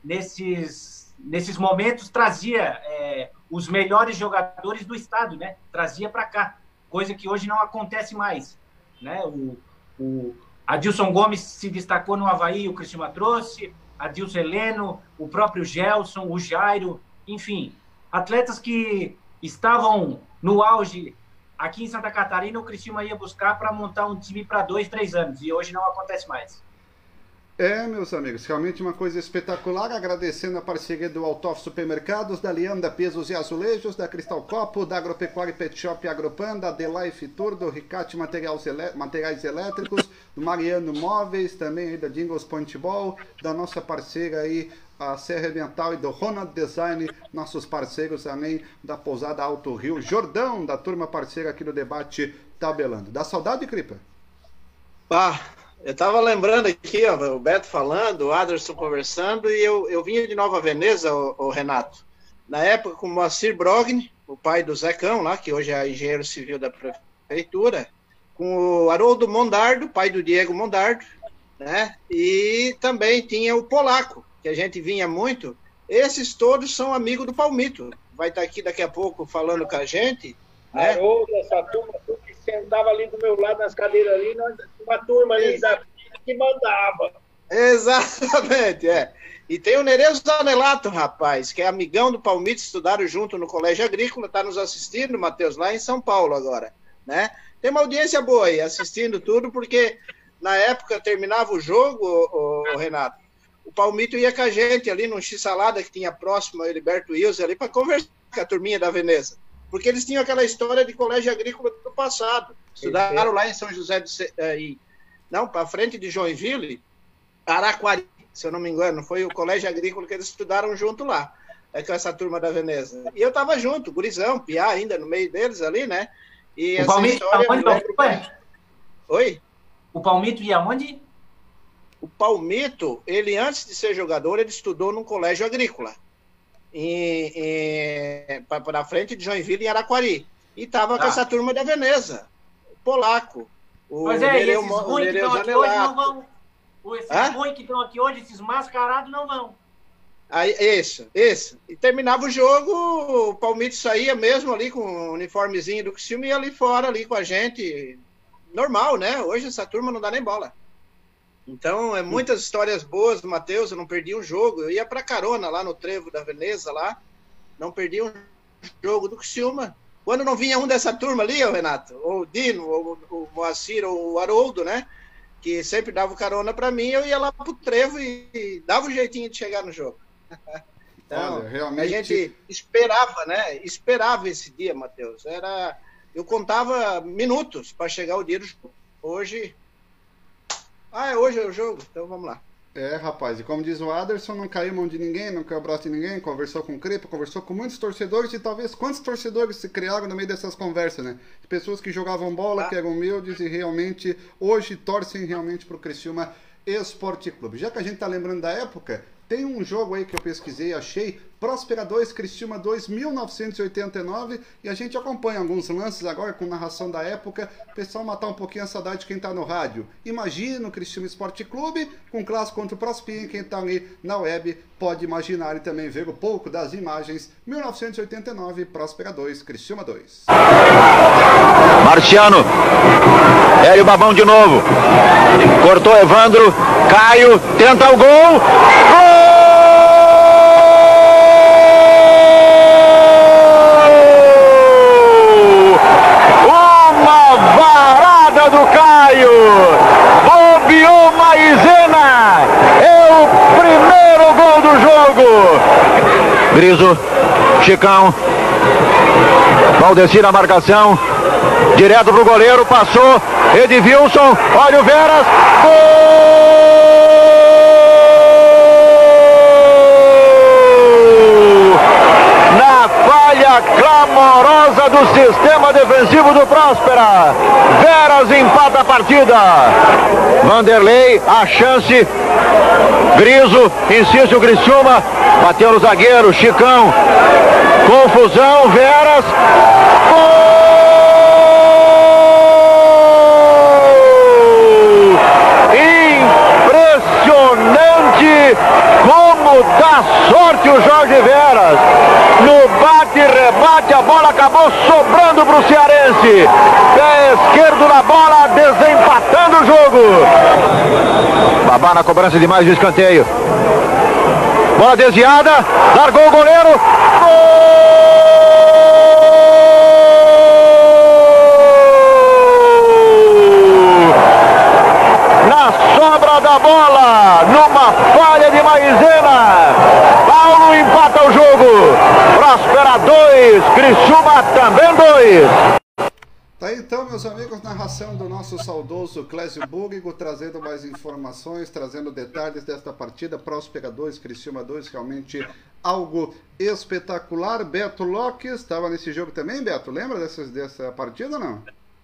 nesses, nesses momentos, trazia é, os melhores jogadores do estado, né? Trazia para cá, coisa que hoje não acontece mais, né? O, o Adilson Gomes se destacou no Avaí, o Criciúma trouxe, Adilson Heleno, o próprio Gelson, o Jairo, enfim, atletas que estavam no auge aqui em Santa Catarina, o Criciúma ia buscar para montar um time para dois, três anos, e hoje não acontece mais. É, meus amigos, realmente uma coisa espetacular, agradecendo a parceria do Altoff Supermercados, da Lianda Pesos e Azulejos, da Cristal Copo, da Agropecuária Pet Shop Agropan, da The Life Tour, do Ricate Materiais, Elé Materiais Elétricos, do Mariano Móveis, também aí da Jingles Pointball, da nossa parceira aí, a Serra Ambiental, e do Ronald Design, nossos parceiros também da Pousada Alto Rio, Jordão, da turma parceira aqui do Debate Tabelando. Dá saudade, Cripa? Pá! Eu estava lembrando aqui, ó, o Beto falando, o Aderson conversando, e eu, eu vinha de Nova Veneza, o, o Renato, na época com o Moacir Brogni, o pai do Zecão lá, que hoje é engenheiro civil da prefeitura, com o Haroldo Mondardo, pai do Diego Mondardo, né? E também tinha o Polaco, que a gente vinha muito. Esses todos são amigos do Palmito. Vai estar aqui daqui a pouco falando com a gente, né? Haroldo, essa turma, tudo que sentava ali do meu lado nas cadeiras ali, nós, uma turma ali da que mandava. Exatamente, é. E tem o Nereus Zanelato, rapaz, que é amigão do Palmito, estudaram junto no Colégio Agrícola, está nos assistindo, Matheus, lá em São Paulo agora, né? Tem uma audiência boa aí, assistindo tudo, porque na época terminava o jogo, o, o Renato, o Palmito ia com a gente ali no X-Salada, que tinha próximo ao Heriberto Wilson ali, para conversar com a turminha da Veneza. Porque eles tinham aquela história de colégio agrícola do passado. Estudaram lá em São José de... Eh, não, para frente de Joinville, Araquari, se eu não me engano, foi o colégio agrícola que eles estudaram junto lá, é, com essa turma da Veneza. E eu tava junto, gurizão, piá ainda no meio deles ali, né? E o essa Palmito história... Onde, lembro... Oi? O Palmito ia onde? O Palmito, ele antes de ser jogador, ele estudou num colégio agrícola. Para frente de Joinville, em Araquari. E tava ah. com essa turma da Veneza. O Polaco. O Pois é, Nereu, e esses ruins que estão aqui hoje não vão. Esses ruins que estão aqui hoje, esses mascarados, não vão. Aí, isso, isso. E terminava o jogo, o Palmito saía mesmo ali com o uniformezinho do Criciúma e ia ali fora, ali com a gente. Normal, né? Hoje essa turma não dá nem bola. Então, é muitas histórias boas do Matheus, eu não perdi um jogo. Eu ia pra carona lá no Trevo da Veneza, lá. Não perdi um jogo do Criciúma. Quando não vinha um dessa turma ali, ó, Renato, ou o Dino, ou o Moacir, ou o Haroldo, né? Que sempre dava o carona pra mim, eu ia lá pro Trevo e, e dava um jeitinho de chegar no jogo. Então, olha, realmente... a gente esperava, né? Esperava esse dia, Matheus. Era... Eu contava minutos para chegar o dia do jogo. Hoje... Ah, é hoje é o jogo, então vamos lá. É, rapaz, e como diz o Aderson, não caiu mão de ninguém, não caiu o braço de ninguém, conversou com o Crepa, conversou com muitos torcedores, e talvez quantos torcedores se criaram no meio dessas conversas, né? Pessoas que jogavam bola, ah. que eram humildes e realmente hoje torcem realmente pro Criciúma Esporte Clube. Já que a gente tá lembrando da época, tem um jogo aí que eu pesquisei e achei, Próspera dois, Criciúma dois, mil novecentos e oitenta e nove, e a gente acompanha alguns lances agora com narração da época, o pessoal matar um pouquinho a saudade de quem tá no rádio. Imagina o Criciúma Esporte Clube com um clássico contra o Prospinha, quem tá ali na web pode imaginar e também ver um pouco das imagens. Mil novecentos e oitenta e nove, Próspera dois, Criciúma dois. Marciano, Hélio Babão de novo, cortou Evandro, Caio, tenta o gol, gol! Do Caio, bobeou Maisena, é o primeiro gol do jogo. Griso, Chicão, Valdeci na marcação. Direto pro goleiro, passou. Edilson, olha o Veras. Gol! Na falha clamorosa do sistema defensivo do Próspera. Veras empata a partida. Vanderlei, a chance. Griso, insiste o Criciúma. Bateu no zagueiro, Chicão. Confusão, Veras. Gol! Impressionante como dá sorte o Jorge Veras. No bate e rebate, a bola acabou sobrando para o cearense. Pé esquerdo na bola, desempatando o jogo. Babá na cobrança de mais de escanteio. Bola desviada, largou o goleiro. Gol! Na sobra da bola, numa falha de Maizena, Paulo empata o jogo. Próspera dois, Criciúma também dois. Tá aí então, meus amigos, narração do nosso saudoso Clésio Búrigo, trazendo mais informações, trazendo detalhes desta partida. Próspera dois, Criciúma dois, realmente algo espetacular. Beto Lopes estava nesse jogo também, Beto? Lembra dessa, dessa partida ou não?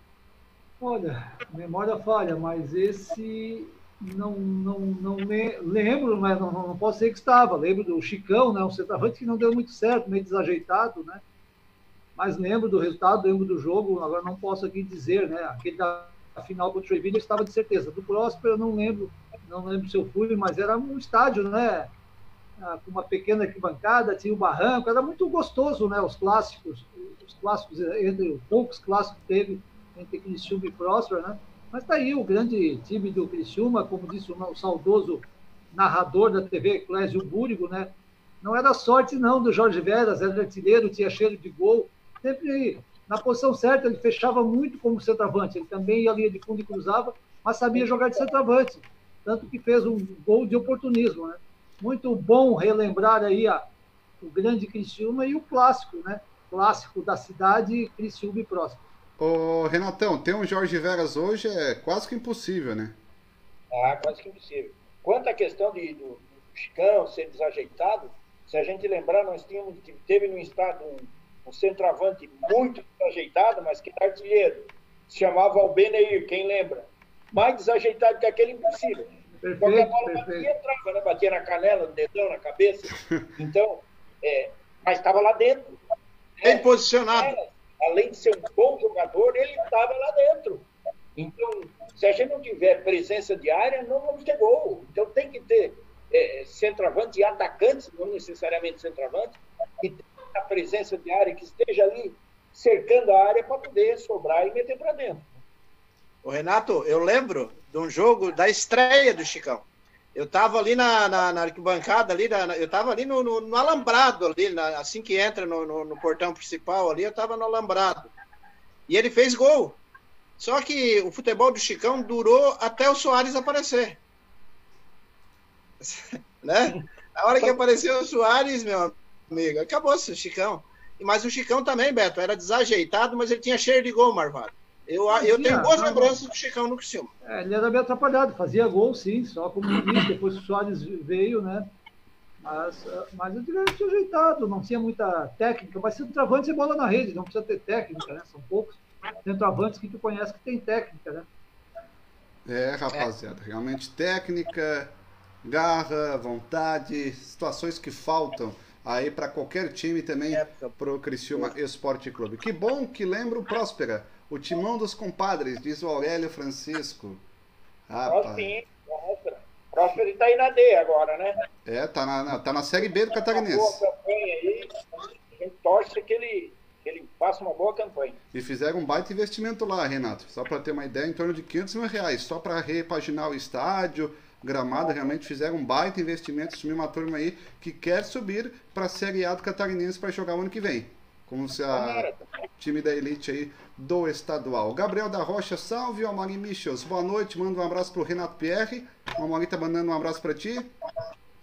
Olha, memória falha, mas esse não, não, não me lembro, mas não, não posso dizer que estava. Lembro do Chicão, né, um centroavante que não deu muito certo, meio desajeitado, né? Mas lembro do resultado, lembro do jogo, agora não posso aqui dizer, né? Aquele da final contra o Joinville eu estava de certeza. Do Próspero eu não lembro, não lembro se eu fui, mas era um estádio, né? Com uma pequena arquibancada, tinha o barranco, era muito gostoso, né? Os clássicos, os clássicos, entre os poucos clássicos que teve entre Criciúma e Próspera, né? Mas tá aí o grande time do Criciúma, como disse o, o saudoso narrador da T V, Clésio Búrigo, né? Não era sorte não do Jorge Veras, era artilheiro, tinha cheiro de gol. Sempre na posição certa, ele fechava muito como centroavante. Ele também ia linha de fundo e cruzava, mas sabia jogar de centroavante. Tanto que fez um gol de oportunismo, né? Muito bom relembrar aí a, o grande Criciúma e o clássico, né? Clássico da cidade, Criciúma e Próspera. Ô, Renatão, ter um Jorge Veras hoje é quase que impossível, né? Ah, quase que impossível. Quanto à questão de, do, do Chicão ser desajeitado, se a gente lembrar, nós tínhamos, teve no estado um um centroavante muito desajeitado, mas que era artilheiro. Se chamava Albeneir, quem lembra? Mais desajeitado que aquele, impossível. Perfeito, porque a bola perfeito. batia e entrava, né? Batia na canela, no dedão, na cabeça. Então, é, mas estava lá dentro. Bem posicionado. Era, além de ser um bom jogador, ele estava lá dentro. Então, se a gente não tiver presença de área, não vamos ter gol. Então tem que ter é, centroavante e atacantes, não necessariamente centroavante, e ter a presença de área que esteja ali cercando a área para poder sobrar e meter para dentro. Ô Renato, eu lembro de um jogo da estreia do Chicão. Eu estava ali na, na, na arquibancada, ali, na, eu estava ali no, no, no alambrado, ali, na, assim que entra no, no, no portão principal, ali eu estava no alambrado. E ele fez gol. Só que o futebol do Chicão durou até o Soares aparecer. Né? A hora que apareceu o Soares, meu amigo, acabou-se o Chicão. Mas o Chicão também, Beto, era desajeitado, mas ele tinha cheiro de gol, Marvado. Eu, eu tenho boas lembranças do Chicão no Criciúma. É, ele era meio atrapalhado, fazia gol, sim, só como disse, depois o Soares veio, né? Mas, mas ele era desajeitado, não tinha muita técnica, mas centroavante é bola na rede, não precisa ter técnica, né? São poucos centroavantes que tu conhece que tem técnica, né? É, rapaziada, realmente técnica, garra, vontade, situações que faltam aí para qualquer time também, pro Criciúma Esporte Clube. Que bom que lembra o Próspera, o timão dos compadres, diz o Aurélio Francisco. Rapaz. Sim, Próspera. Próspera está aí na D agora, né? É, tá na, tá na Série B do Catarinense. Uma boa campanha aí, a gente torce que ele, que ele faça uma boa campanha. E fizeram um baita investimento lá, Renato, só para ter uma ideia, em torno de quinhentos mil reais, só para repaginar o estádio, gramado, realmente fizeram um baita investimento, assumir uma turma aí que quer subir para a Série A do Catarinense para jogar o ano que vem. Como se a time da elite aí do estadual. Gabriel da Rocha, salve, Amari Michels. Boa noite, manda um abraço pro Renato Pierre. O Amari tá mandando um abraço para ti.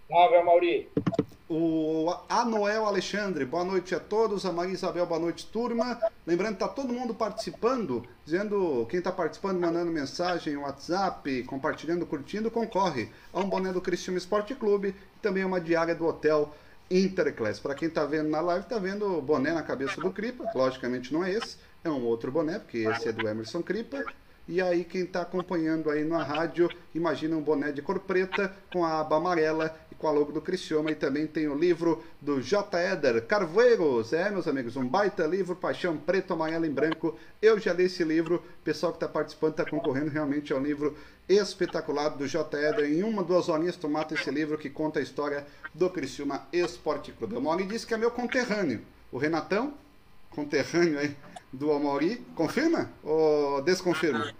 Salve, Amauri. O Anoel Alexandre, boa noite a todos. A Maria Isabel, boa noite, turma. Lembrando que tá todo mundo participando, dizendo, quem tá participando, mandando mensagem, WhatsApp, compartilhando, curtindo, concorre a um boné do Criciúma Esporte Clube e também uma diária do Hotel Interclass. Para quem tá vendo na live, tá vendo o boné na cabeça do Cripa. Logicamente não é esse, é um outro boné, porque esse é do Emerson Cripa. E aí quem está acompanhando aí na rádio, imagina um boné de cor preta com a aba amarela e com a logo do Criciúma. E também tem o livro do J. Eder Carvoeiros. É, meus amigos, um baita livro, Paixão Preto, Amarelo em Branco. Eu já li esse livro, o pessoal que está participando, está concorrendo, realmente é um livro espetacular do J. Eder. Em uma, duas horinhas tu mata esse livro que conta a história do Criciúma Esporte Clube. O Mauri disse que é meu conterrâneo. O Renatão, conterrâneo aí do Amauri, confirma ou desconfirma?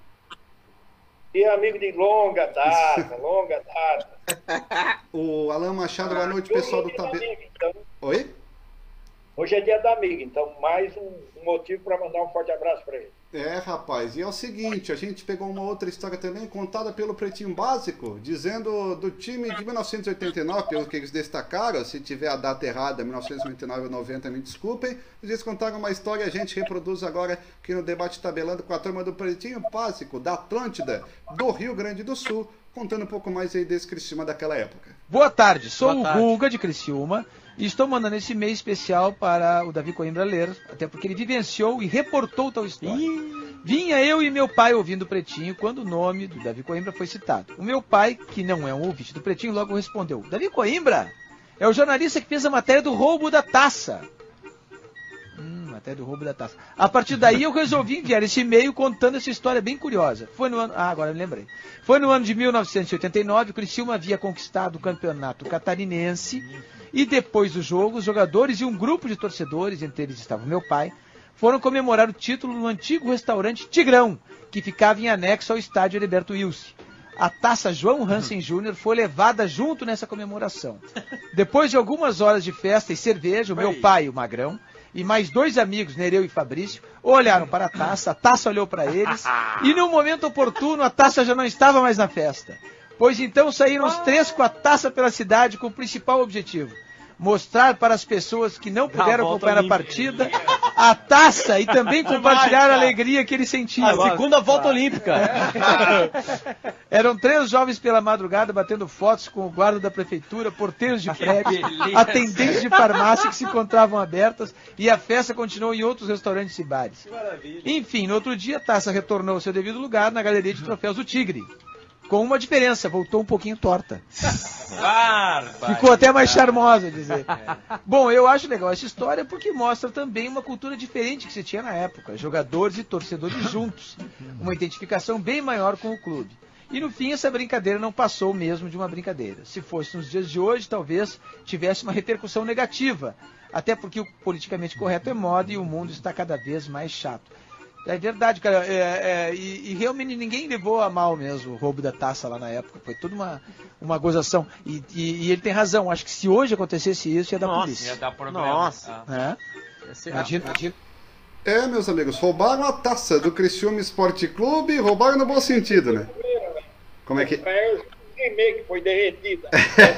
E amigo de longa data, longa data. O Alan Machado, boa noite, pessoal do Tabelando. Então, Oi? hoje é dia do amigo, então mais um, um motivo para mandar um forte abraço para ele. É, rapaz, e é o seguinte, a gente pegou uma outra história também contada pelo Pretinho Básico, dizendo do time de mil novecentos e oitenta e nove, pelo que eles destacaram, se tiver a data errada, mil novecentos e noventa e nove ou noventa, me desculpem, eles contaram uma história, a gente reproduz agora aqui no Debate Tabelando com a turma do Pretinho Básico, da Atlântida, do Rio Grande do Sul, contando um pouco mais aí desse Criciúma daquela época. Boa tarde, sou Boa o tarde. Guga de Criciúma e estou mandando esse e-mail especial para o Davi Coimbra ler, até porque ele vivenciou e reportou tal história. Vinha eu e meu pai ouvindo o Pretinho quando o nome do Davi Coimbra foi citado. O meu pai, que não é um ouvinte do Pretinho, logo respondeu: Davi Coimbra é o jornalista que fez a matéria do roubo da taça. Hum, matéria do roubo da taça. A partir daí eu resolvi enviar esse e-mail contando essa história bem curiosa. Foi no ano... Ah, agora me lembrei. Foi no ano de mil novecentos e oitenta e nove, o Criciúma havia conquistado o campeonato catarinense e depois do jogo, os jogadores e um grupo de torcedores, entre eles estava o meu pai, foram comemorar o título no antigo restaurante Tigrão, que ficava em anexo ao estádio Heriberto Wilson. A taça João Hansen Júnior foi levada junto nessa comemoração. Depois de algumas horas de festa e cerveja, o meu pai, o Magrão, e mais dois amigos, Nereu e Fabrício, olharam para a taça, a taça olhou para eles, e no momento oportuno a taça já não estava mais na festa. Pois então saíram os três com a taça pela cidade com o principal objetivo: mostrar para as pessoas que não puderam acompanhar a partida a taça e também compartilhar a alegria que eles sentiam. A segunda volta olímpica. Eram três jovens pela madrugada batendo fotos com o guarda da prefeitura, porteiros de prédio, atendentes de farmácia que se encontravam abertas, e a festa continuou em outros restaurantes e bares. Enfim, no outro dia a taça retornou ao seu devido lugar na galeria de troféus do Tigre. Com uma diferença, voltou um pouquinho torta. Ficou até mais charmosa, dizer. Bom, eu acho legal essa história porque mostra também uma cultura diferente que se tinha na época. Jogadores e torcedores juntos. Uma identificação bem maior com o clube. E no fim essa brincadeira não passou mesmo de uma brincadeira. Se fosse nos dias de hoje, talvez tivesse uma repercussão negativa. Até porque o politicamente correto é moda e o mundo está cada vez mais chato. É verdade, cara, é, é, e, e realmente ninguém levou a mal mesmo o roubo da taça lá na época, foi toda uma, uma gozação, e, e, e ele tem razão, acho que se hoje acontecesse isso ia dar Nossa, polícia. ia dar problema. Nossa. Ah. É? Imagina, imagina. É, meus amigos, roubaram a taça do Criciúma Esporte Clube, roubaram no bom sentido, né? Como é que... que foi derretida.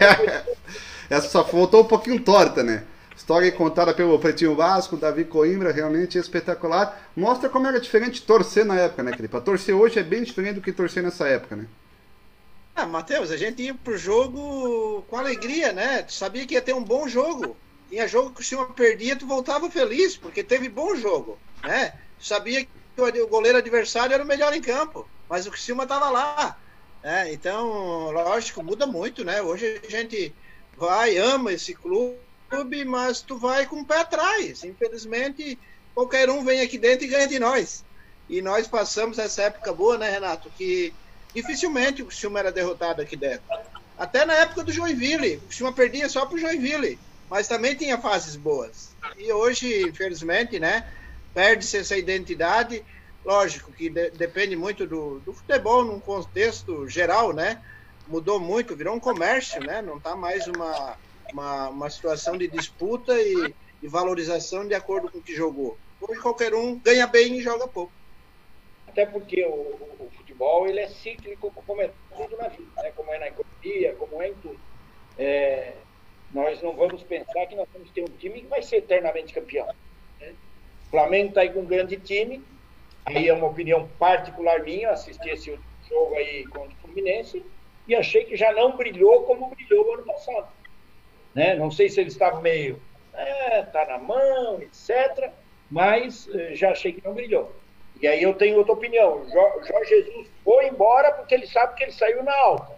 Essa só voltou um pouquinho torta, né? História contada pelo Pretinho Básico, Davi Coimbra, realmente espetacular. Mostra como era diferente torcer na época, né, Cripa? Torcer hoje é bem diferente do que torcer nessa época, né? Ah, Matheus, a gente ia pro jogo com alegria, né? Tu sabia que ia ter um bom jogo. Tinha jogo que o Criciúma perdia, tu voltava feliz, porque teve bom jogo, né? Tu sabia que o goleiro adversário era o melhor em campo, mas o Criciúma tava lá. Né? Então, lógico, muda muito, né? Hoje a gente vai, ama esse clube, mas tu vai com o pé atrás. Infelizmente, qualquer um vem aqui dentro e ganha de nós. E nós passamos essa época boa, né, Renato? Que dificilmente o Criciúma era derrotado aqui dentro. Até na época do Joinville. O Criciúma perdia só pro Joinville, mas também tinha fases boas. E hoje, infelizmente, né, perde-se essa identidade. Lógico que de- depende muito do, do futebol num contexto geral, né? Mudou muito, virou um comércio, né? Não tá mais uma... Uma, uma situação de disputa e, e valorização de acordo com o que jogou. Hoje qualquer um ganha bem e joga pouco. Até porque o, o, o futebol ele é cíclico, como é tudo na vida, né? Como é na economia, como é em tudo. é, nós não vamos pensar que nós vamos ter um time que vai ser eternamente campeão. Né? O Flamengo está aí com um grande time, aí é uma opinião particular minha, assisti esse jogo aí contra o Fluminense, e achei que já não brilhou como brilhou o ano passado. Né? Não sei se ele estava meio, é, tá na mão, etcétera, mas eh, já achei que não brilhou. E aí eu tenho outra opinião. Jo- Jorge Jesus foi embora porque ele sabe que ele saiu na alta.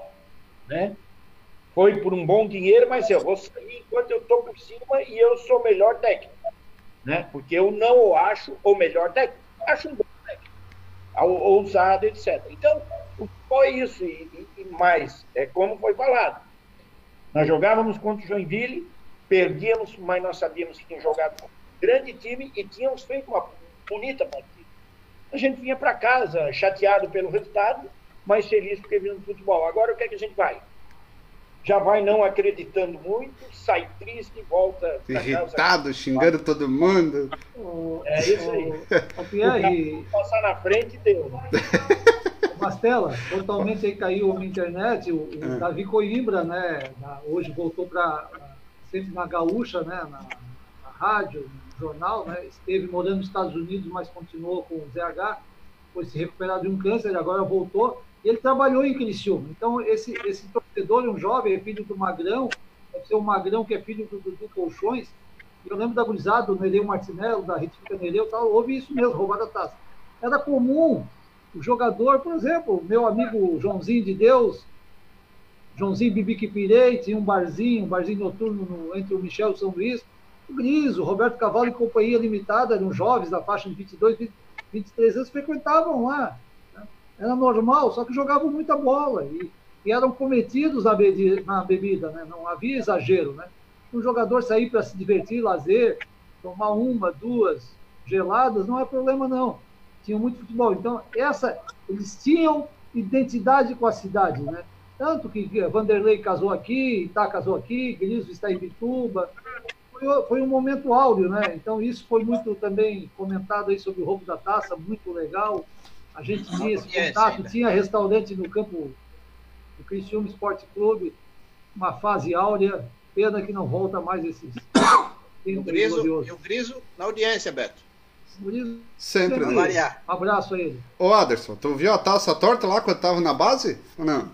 Né? Foi por um bom dinheiro, mas eu vou sair enquanto eu estou por cima e eu sou o melhor técnico. Né? Porque eu não o acho o melhor técnico. Acho um bom técnico. Ousado, etcétera. Então, o que foi isso? E, e, e mais, é como foi falado. Nós jogávamos contra o Joinville, perdíamos, mas nós sabíamos que tínhamos jogado com um grande time e tínhamos feito uma bonita partida. A gente vinha para casa chateado pelo resultado, mas feliz porque vinha no futebol. Agora o que é que a gente vai? Já vai não acreditando muito, sai triste e volta para casa. Irritado, xingando todo mundo. É isso aí. O Pierre, passar na frente deu. Mastella, totalmente aí caiu na internet, o, o É. Davi Coimbra, né, na- hoje voltou para sempre na Gaúcha, né, na, na rádio, no jornal, né, esteve morando nos Estados Unidos, mas continuou com o Z H, foi se recuperar de um câncer, agora voltou, e ele trabalhou em Criciúma. Então, esse, esse torcedor é um jovem, é filho do Magrão, deve ser o Magrão que é filho do Dudu Colchões, e eu lembro da gurizada, do Nereu Martinello, da Ritífica Nereu, tal, houve isso mesmo, roubar a taça. Era comum o jogador, por exemplo, meu amigo Joãozinho de Deus, Joãozinho Bibique Pirei, tinha um barzinho, um barzinho noturno no, entre o Michel e o São Luís, o Griso, Roberto Cavalo e Companhia Limitada, eram jovens da faixa de vinte e dois, vinte, vinte e três anos, frequentavam lá. Né? Era normal, só que jogavam muita bola e, e eram cometidos na, be na bebida, né? Não havia exagero. Né? Um jogador sair para se divertir, lazer, tomar uma, duas geladas, não é problema não. Tinha muito futebol. Então, essa, eles tinham identidade com a cidade, né? Tanto que Vanderlei casou aqui, Itá casou aqui, Griso está em Bituba. Foi, foi um momento áureo, né? Então, isso foi muito também comentado aí sobre o roubo da taça, muito legal. A gente tinha esse contato, tinha restaurante no campo do Criciúma Esporte Clube, uma fase áurea, pena que não volta mais esses E o Griso, e o Griso na audiência, Beto. Sempre, né? variar. Abraço a ele. Ô, Aderson, tu viu a taça torta lá quando tava na base? Ou não?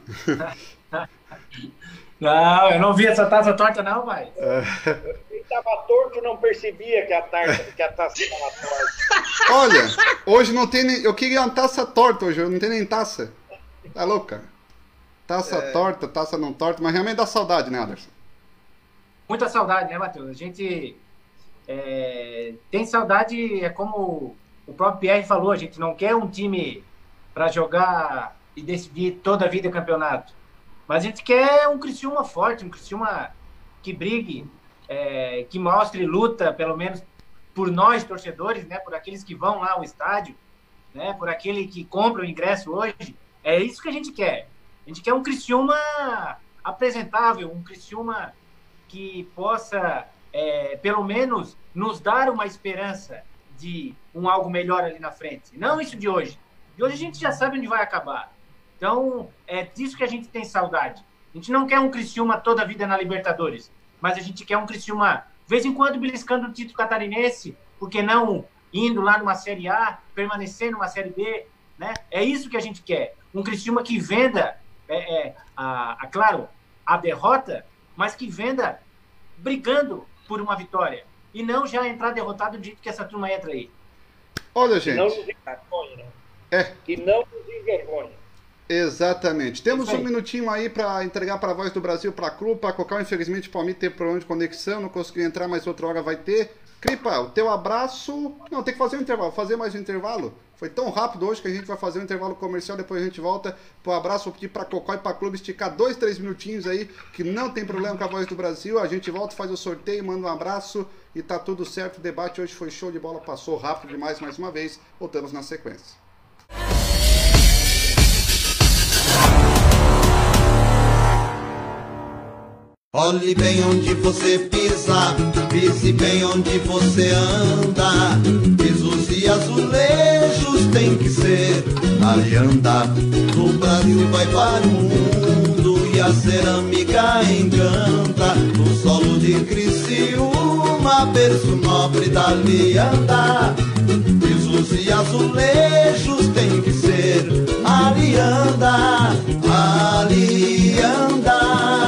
Não, eu não vi essa taça torta não, pai. É. Ele estava torto, não percebia que a taça que a taça estava torta. Olha, hoje não tem nem... Eu queria uma taça torta hoje, eu não tenho nem taça. Tá louca? Taça É. torta, taça não torta, mas realmente dá saudade, né, Aderson? Muita saudade, né, Matheus? A gente é, tem saudade, é como o próprio Pierre falou, a gente não quer um time para jogar e decidir toda a vida campeonato. Mas a gente quer um Criciúma forte, um Criciúma que brigue, é, que mostre luta, pelo menos por nós, torcedores, né, por aqueles que vão lá ao estádio, né, por aquele que compra o ingresso hoje. É isso que a gente quer. A gente quer um Criciúma apresentável, um Criciúma que possa, é, pelo menos, nos dar uma esperança de um algo melhor ali na frente. Não isso de hoje. De hoje a gente já sabe onde vai acabar. Então, é disso que a gente tem saudade. A gente não quer um Criciúma toda a vida na Libertadores, mas a gente quer um Criciúma, de vez em quando, beliscando o título catarinense, porque não indo lá numa Série A, permanecer numa Série B, né? É isso que a gente quer. Um Criciúma que venda, é, é, a, a, claro, a derrota, mas que venda brigando por uma vitória. E não já entrar derrotado do jeito que essa turma entra aí. Olha, Que não gente. nos envergonhe, né? É. Que não nos envergonhe. Exatamente. Temos Isso aí. um minutinho aí para entregar para a Voz do Brasil, para a Clube, para Cocão. Infelizmente, o Palmeiras teve problema de conexão, não conseguiu entrar, mas outra hora vai ter. Cripa, o teu abraço... Não, tem que fazer um intervalo, fazer mais um intervalo. Foi tão rápido hoje que a gente vai fazer um intervalo comercial, depois a gente volta pro abraço. Vou pedir para Cocó e para Clube esticar dois, três minutinhos aí, que não tem problema com a Voz do Brasil. A gente volta, faz o sorteio, manda um abraço e tá tudo certo. O debate hoje foi show de bola, passou rápido demais mais uma vez. Voltamos na sequência. Olhe bem onde você pisa, pise bem onde você anda. Pisos e azulejos tem que ser Alianda. No Brasil vai para o mundo e a cerâmica encanta. No solo de Criciúma, berço nobre da Alianda. Pisos e azulejos tem que ser Alianda, Alianda.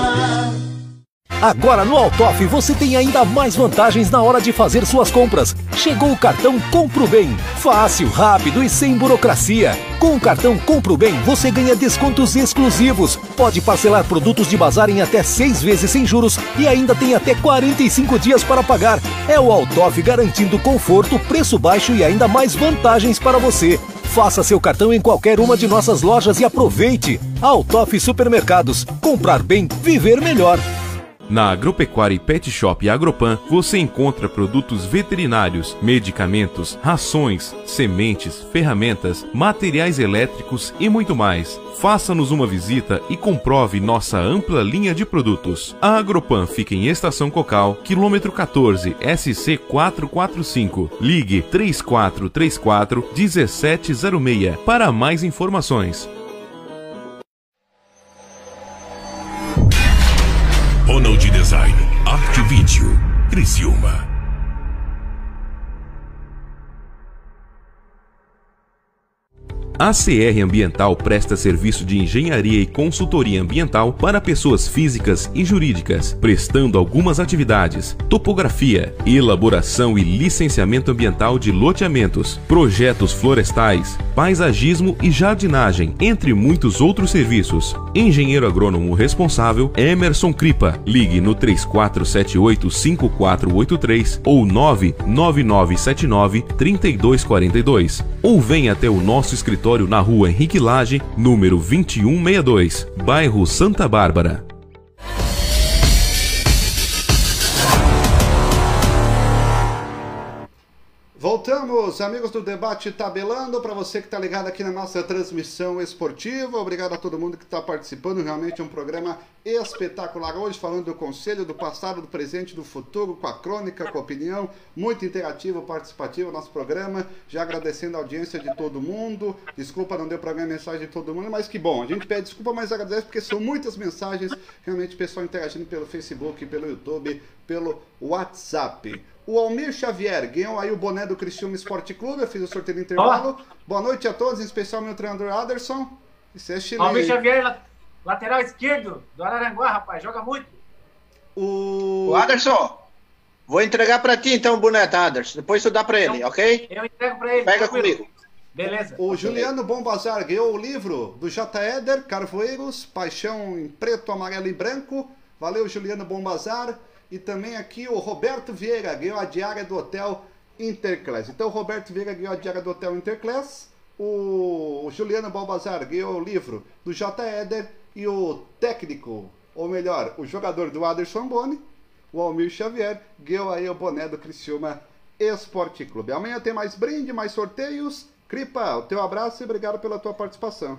Agora no Altoff você tem ainda mais vantagens na hora de fazer suas compras. Chegou o cartão Compro Bem. Fácil, rápido e sem burocracia. Com o cartão Compro Bem você ganha descontos exclusivos. Pode parcelar produtos de bazar em até seis vezes sem juros e ainda tem até quarenta e cinco dias para pagar. É o Altoff garantindo conforto, preço baixo e ainda mais vantagens para você. Faça seu cartão em qualquer uma de nossas lojas e aproveite. Altoff Supermercados. Comprar bem, viver melhor. Na Agropecuária e Pet Shop Agropan, você encontra produtos veterinários, medicamentos, rações, sementes, ferramentas, materiais elétricos e muito mais. Faça-nos uma visita e comprove nossa ampla linha de produtos. A Agropan fica em Estação Cocal, quilômetro quatorze, S C quatrocentos e quarenta e cinco. Ligue três quatro três quatro, um sete zero seis para mais informações. Ronald Design, Arte Vídeo, Criciúma. A C R Ambiental presta serviço de engenharia e consultoria ambiental para pessoas físicas e jurídicas, prestando algumas atividades: topografia, elaboração e licenciamento ambiental de loteamentos, projetos florestais, paisagismo e jardinagem, entre muitos outros serviços. Engenheiro agrônomo responsável Emerson Cripa. Ligue no três quatro sete oito, cinco quatro oito três ou nove nove nove sete nove, três dois quatro dois. Ou venha até o nosso escritório na rua Henrique Lage, número vinte e um sessenta e dois, bairro Santa Bárbara. Voltamos, amigos do Debate Tabelando, para você que está ligado aqui na nossa transmissão esportiva. Obrigado a todo mundo que está participando, realmente é um programa espetacular hoje, falando do conselho, do passado, do presente, do futuro, com a crônica, com a opinião, muito interativo, participativo o nosso programa, já agradecendo a audiência de todo mundo. Desculpa, não deu para ver a mensagem de todo mundo, mas que bom, a gente pede desculpa, mas agradece porque são muitas mensagens, realmente pessoal interagindo pelo Facebook, pelo YouTube, pelo WhatsApp. O Almir Xavier ganhou aí o boné do Criciúma Esporte Clube. Eu fiz o sorteio no intervalo. Oh. Boa noite a todos, em especial meu treinador Aderson. Isso é chileno. Almir Xavier, lateral esquerdo do Araranguá, rapaz, joga muito. O, o Aderson, vou entregar pra ti então o boné, tá, Aderson? Depois tu dá pra ele, então, ok? Eu entrego pra ele. Pega tranquilo. comigo. Beleza. O Juliano Bombazar ganhou o livro do J. Éder Carvoeiros, Paixão em Preto, Amarelo e Branco. Valeu, Juliano Bombazar. E também aqui o Roberto Vieira ganhou a diária do Hotel Interclass. Então o Roberto Vieira ganhou a diária do Hotel Interclass. O Juliano Balbazar ganhou o livro do J. Éder. E o técnico, ou melhor, o jogador do Aderson Boni, o Almir Xavier, ganhou aí o boné do Criciúma Esporte Clube. Amanhã tem mais brinde, mais sorteios. Cripa, o teu abraço e obrigado pela tua participação.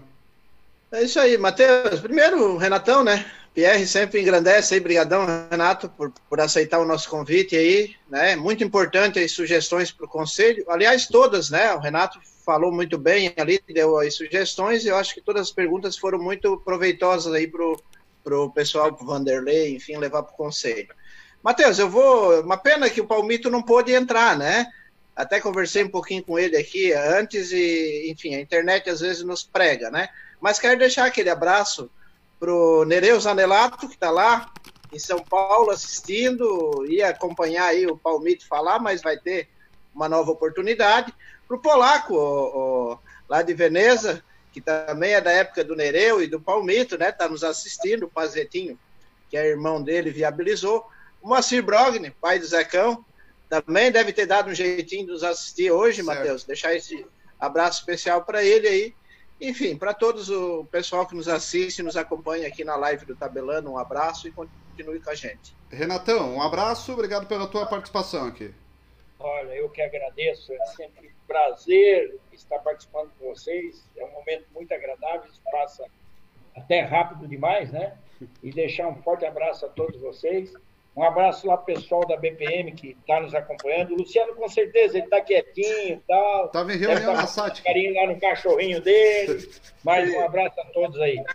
É isso aí, Matheus. Primeiro, Renatão, né? Pierre sempre engrandece aí, brigadão, Renato, por, por aceitar o nosso convite aí, né? Muito importante as sugestões para o conselho. Aliás, todas, né? O Renato falou muito bem ali, deu as sugestões, e eu acho que todas as perguntas foram muito proveitosas aí pro, pro pessoal, pro Vanderlei, enfim, levar para o conselho. Matheus, eu vou... Uma pena que o Palmito não pôde entrar, né? Até conversei um pouquinho com ele aqui antes e, enfim, a internet às vezes nos prega, né? Mas quero deixar aquele abraço pro Nereu Zanelato, que está lá em São Paulo assistindo, ia acompanhar aí o Palmito falar, mas vai ter uma nova oportunidade. Pro Polaco, o, o, lá de Veneza, que também é da época do Nereu e do Palmito, né? Tá nos assistindo, o Pazetinho, que é irmão dele, viabilizou. O Moacir Brogni, pai do Zecão, também deve ter dado um jeitinho de nos assistir hoje, Matheus. Deixar esse abraço especial para ele aí. Enfim, para todos o pessoal que nos assiste e nos acompanha aqui na live do Tabelando, um abraço e continue com a gente. Renatão, um abraço, obrigado pela tua participação aqui. Olha, eu que agradeço, é sempre um prazer estar participando com vocês, é um momento muito agradável, isso passa até rápido demais, né? E deixar um forte abraço a todos vocês. Um abraço lá pro pessoal da B P M que está nos acompanhando. O Luciano, com certeza, ele está quietinho e tal. Estava em reunião na S A T. Carinho lá no cachorrinho dele. Mas um abraço a todos aí.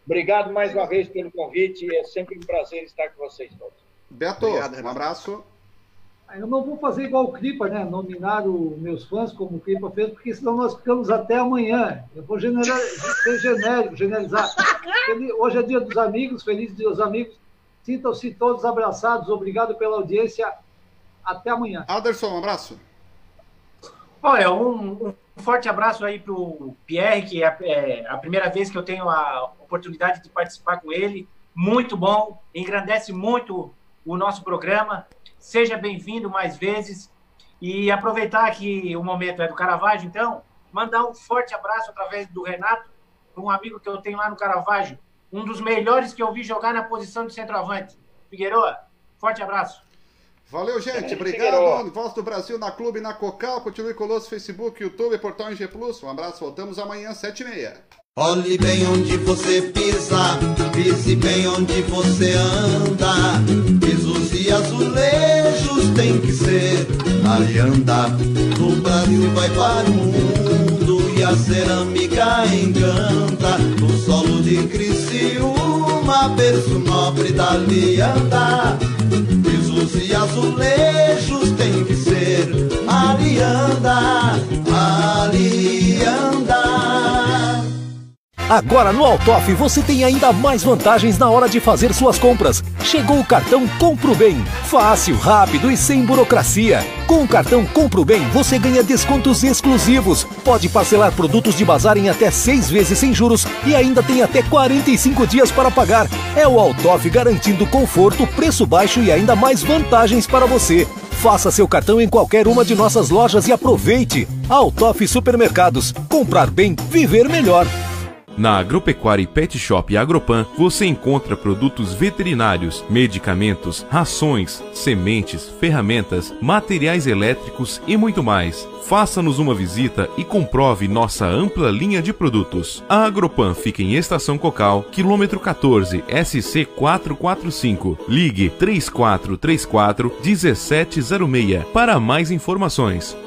Obrigado mais uma vez pelo convite. É sempre um prazer estar com vocês todos. Beto, Obrigado, um abraço. Eu não vou fazer igual o Cripa, né? Nominar os meus fãs como o Cripa fez, porque senão nós ficamos até amanhã. Eu vou generar, ser genérico, generalizar. Hoje é dia dos amigos, feliz dia dos amigos. Sintam-se todos abraçados. Obrigado pela audiência. Até amanhã. Anderson, um abraço. Olha, um, um forte abraço aí para o Pierre, que é, é a primeira vez que eu tenho a oportunidade de participar com ele. Muito bom, engrandece muito o nosso programa. Seja bem-vindo mais vezes. E aproveitar que o momento é do Caravaggio, então, mandar um forte abraço através do Renato, um amigo que eu tenho lá no Caravaggio, um dos melhores que eu vi jogar na posição de centroavante. Figueiredo, forte abraço. Valeu, gente. Obrigado. Voz do Brasil na Clube e na Cocal. Continue conosco, Facebook, YouTube, Portal N G Plus. Um abraço. Voltamos amanhã, sete e meia. Olhe bem onde você pisa, pise bem onde você anda. Pisos e azulejos tem que ser Alianda. No Brasil vai para o mundo e a cerâmica encanta. No solo de Criciúma, berço nobre da Alianda. Pisos e azulejos tem que ser Alianda, Alianda. Agora no Altoff você tem ainda mais vantagens na hora de fazer suas compras. Chegou o cartão Compro Bem. Fácil, rápido e sem burocracia. Com o cartão Compro Bem você ganha descontos exclusivos. Pode parcelar produtos de bazar em até seis vezes sem juros e ainda tem até quarenta e cinco dias para pagar. É o Altoff garantindo conforto, preço baixo e ainda mais vantagens para você. Faça seu cartão em qualquer uma de nossas lojas e aproveite. Altoff Supermercados. Comprar bem, viver melhor. Na Agropecuária e Pet Shop Agropan, você encontra produtos veterinários, medicamentos, rações, sementes, ferramentas, materiais elétricos e muito mais. Faça-nos uma visita e comprove nossa ampla linha de produtos. A Agropan fica em Estação Cocal, quilômetro quatorze, S C quatrocentos e quarenta e cinco. Ligue três quatro três quatro, um sete zero seis para mais informações.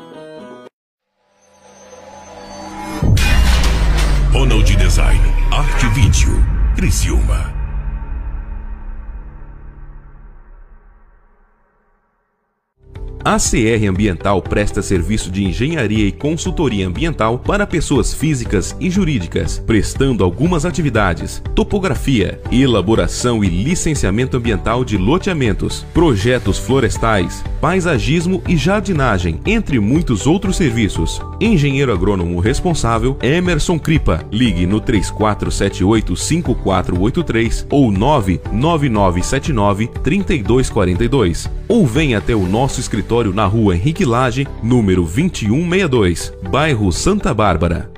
Ronald Design, Arte Vídeo, Criciúma. A C R Ambiental presta serviço de engenharia e consultoria ambiental para pessoas físicas e jurídicas, prestando algumas atividades: topografia, elaboração e licenciamento ambiental de loteamentos, projetos florestais, paisagismo e jardinagem, entre muitos outros serviços. Engenheiro agrônomo responsável Emerson Cripa. Ligue no três quatro sete oito, cinco quatro oito três ou nove nove nove sete nove, três dois quatro dois. Ou venha até o nosso escritório na rua Henrique Lage, número vinte e um sessenta e dois, bairro Santa Bárbara.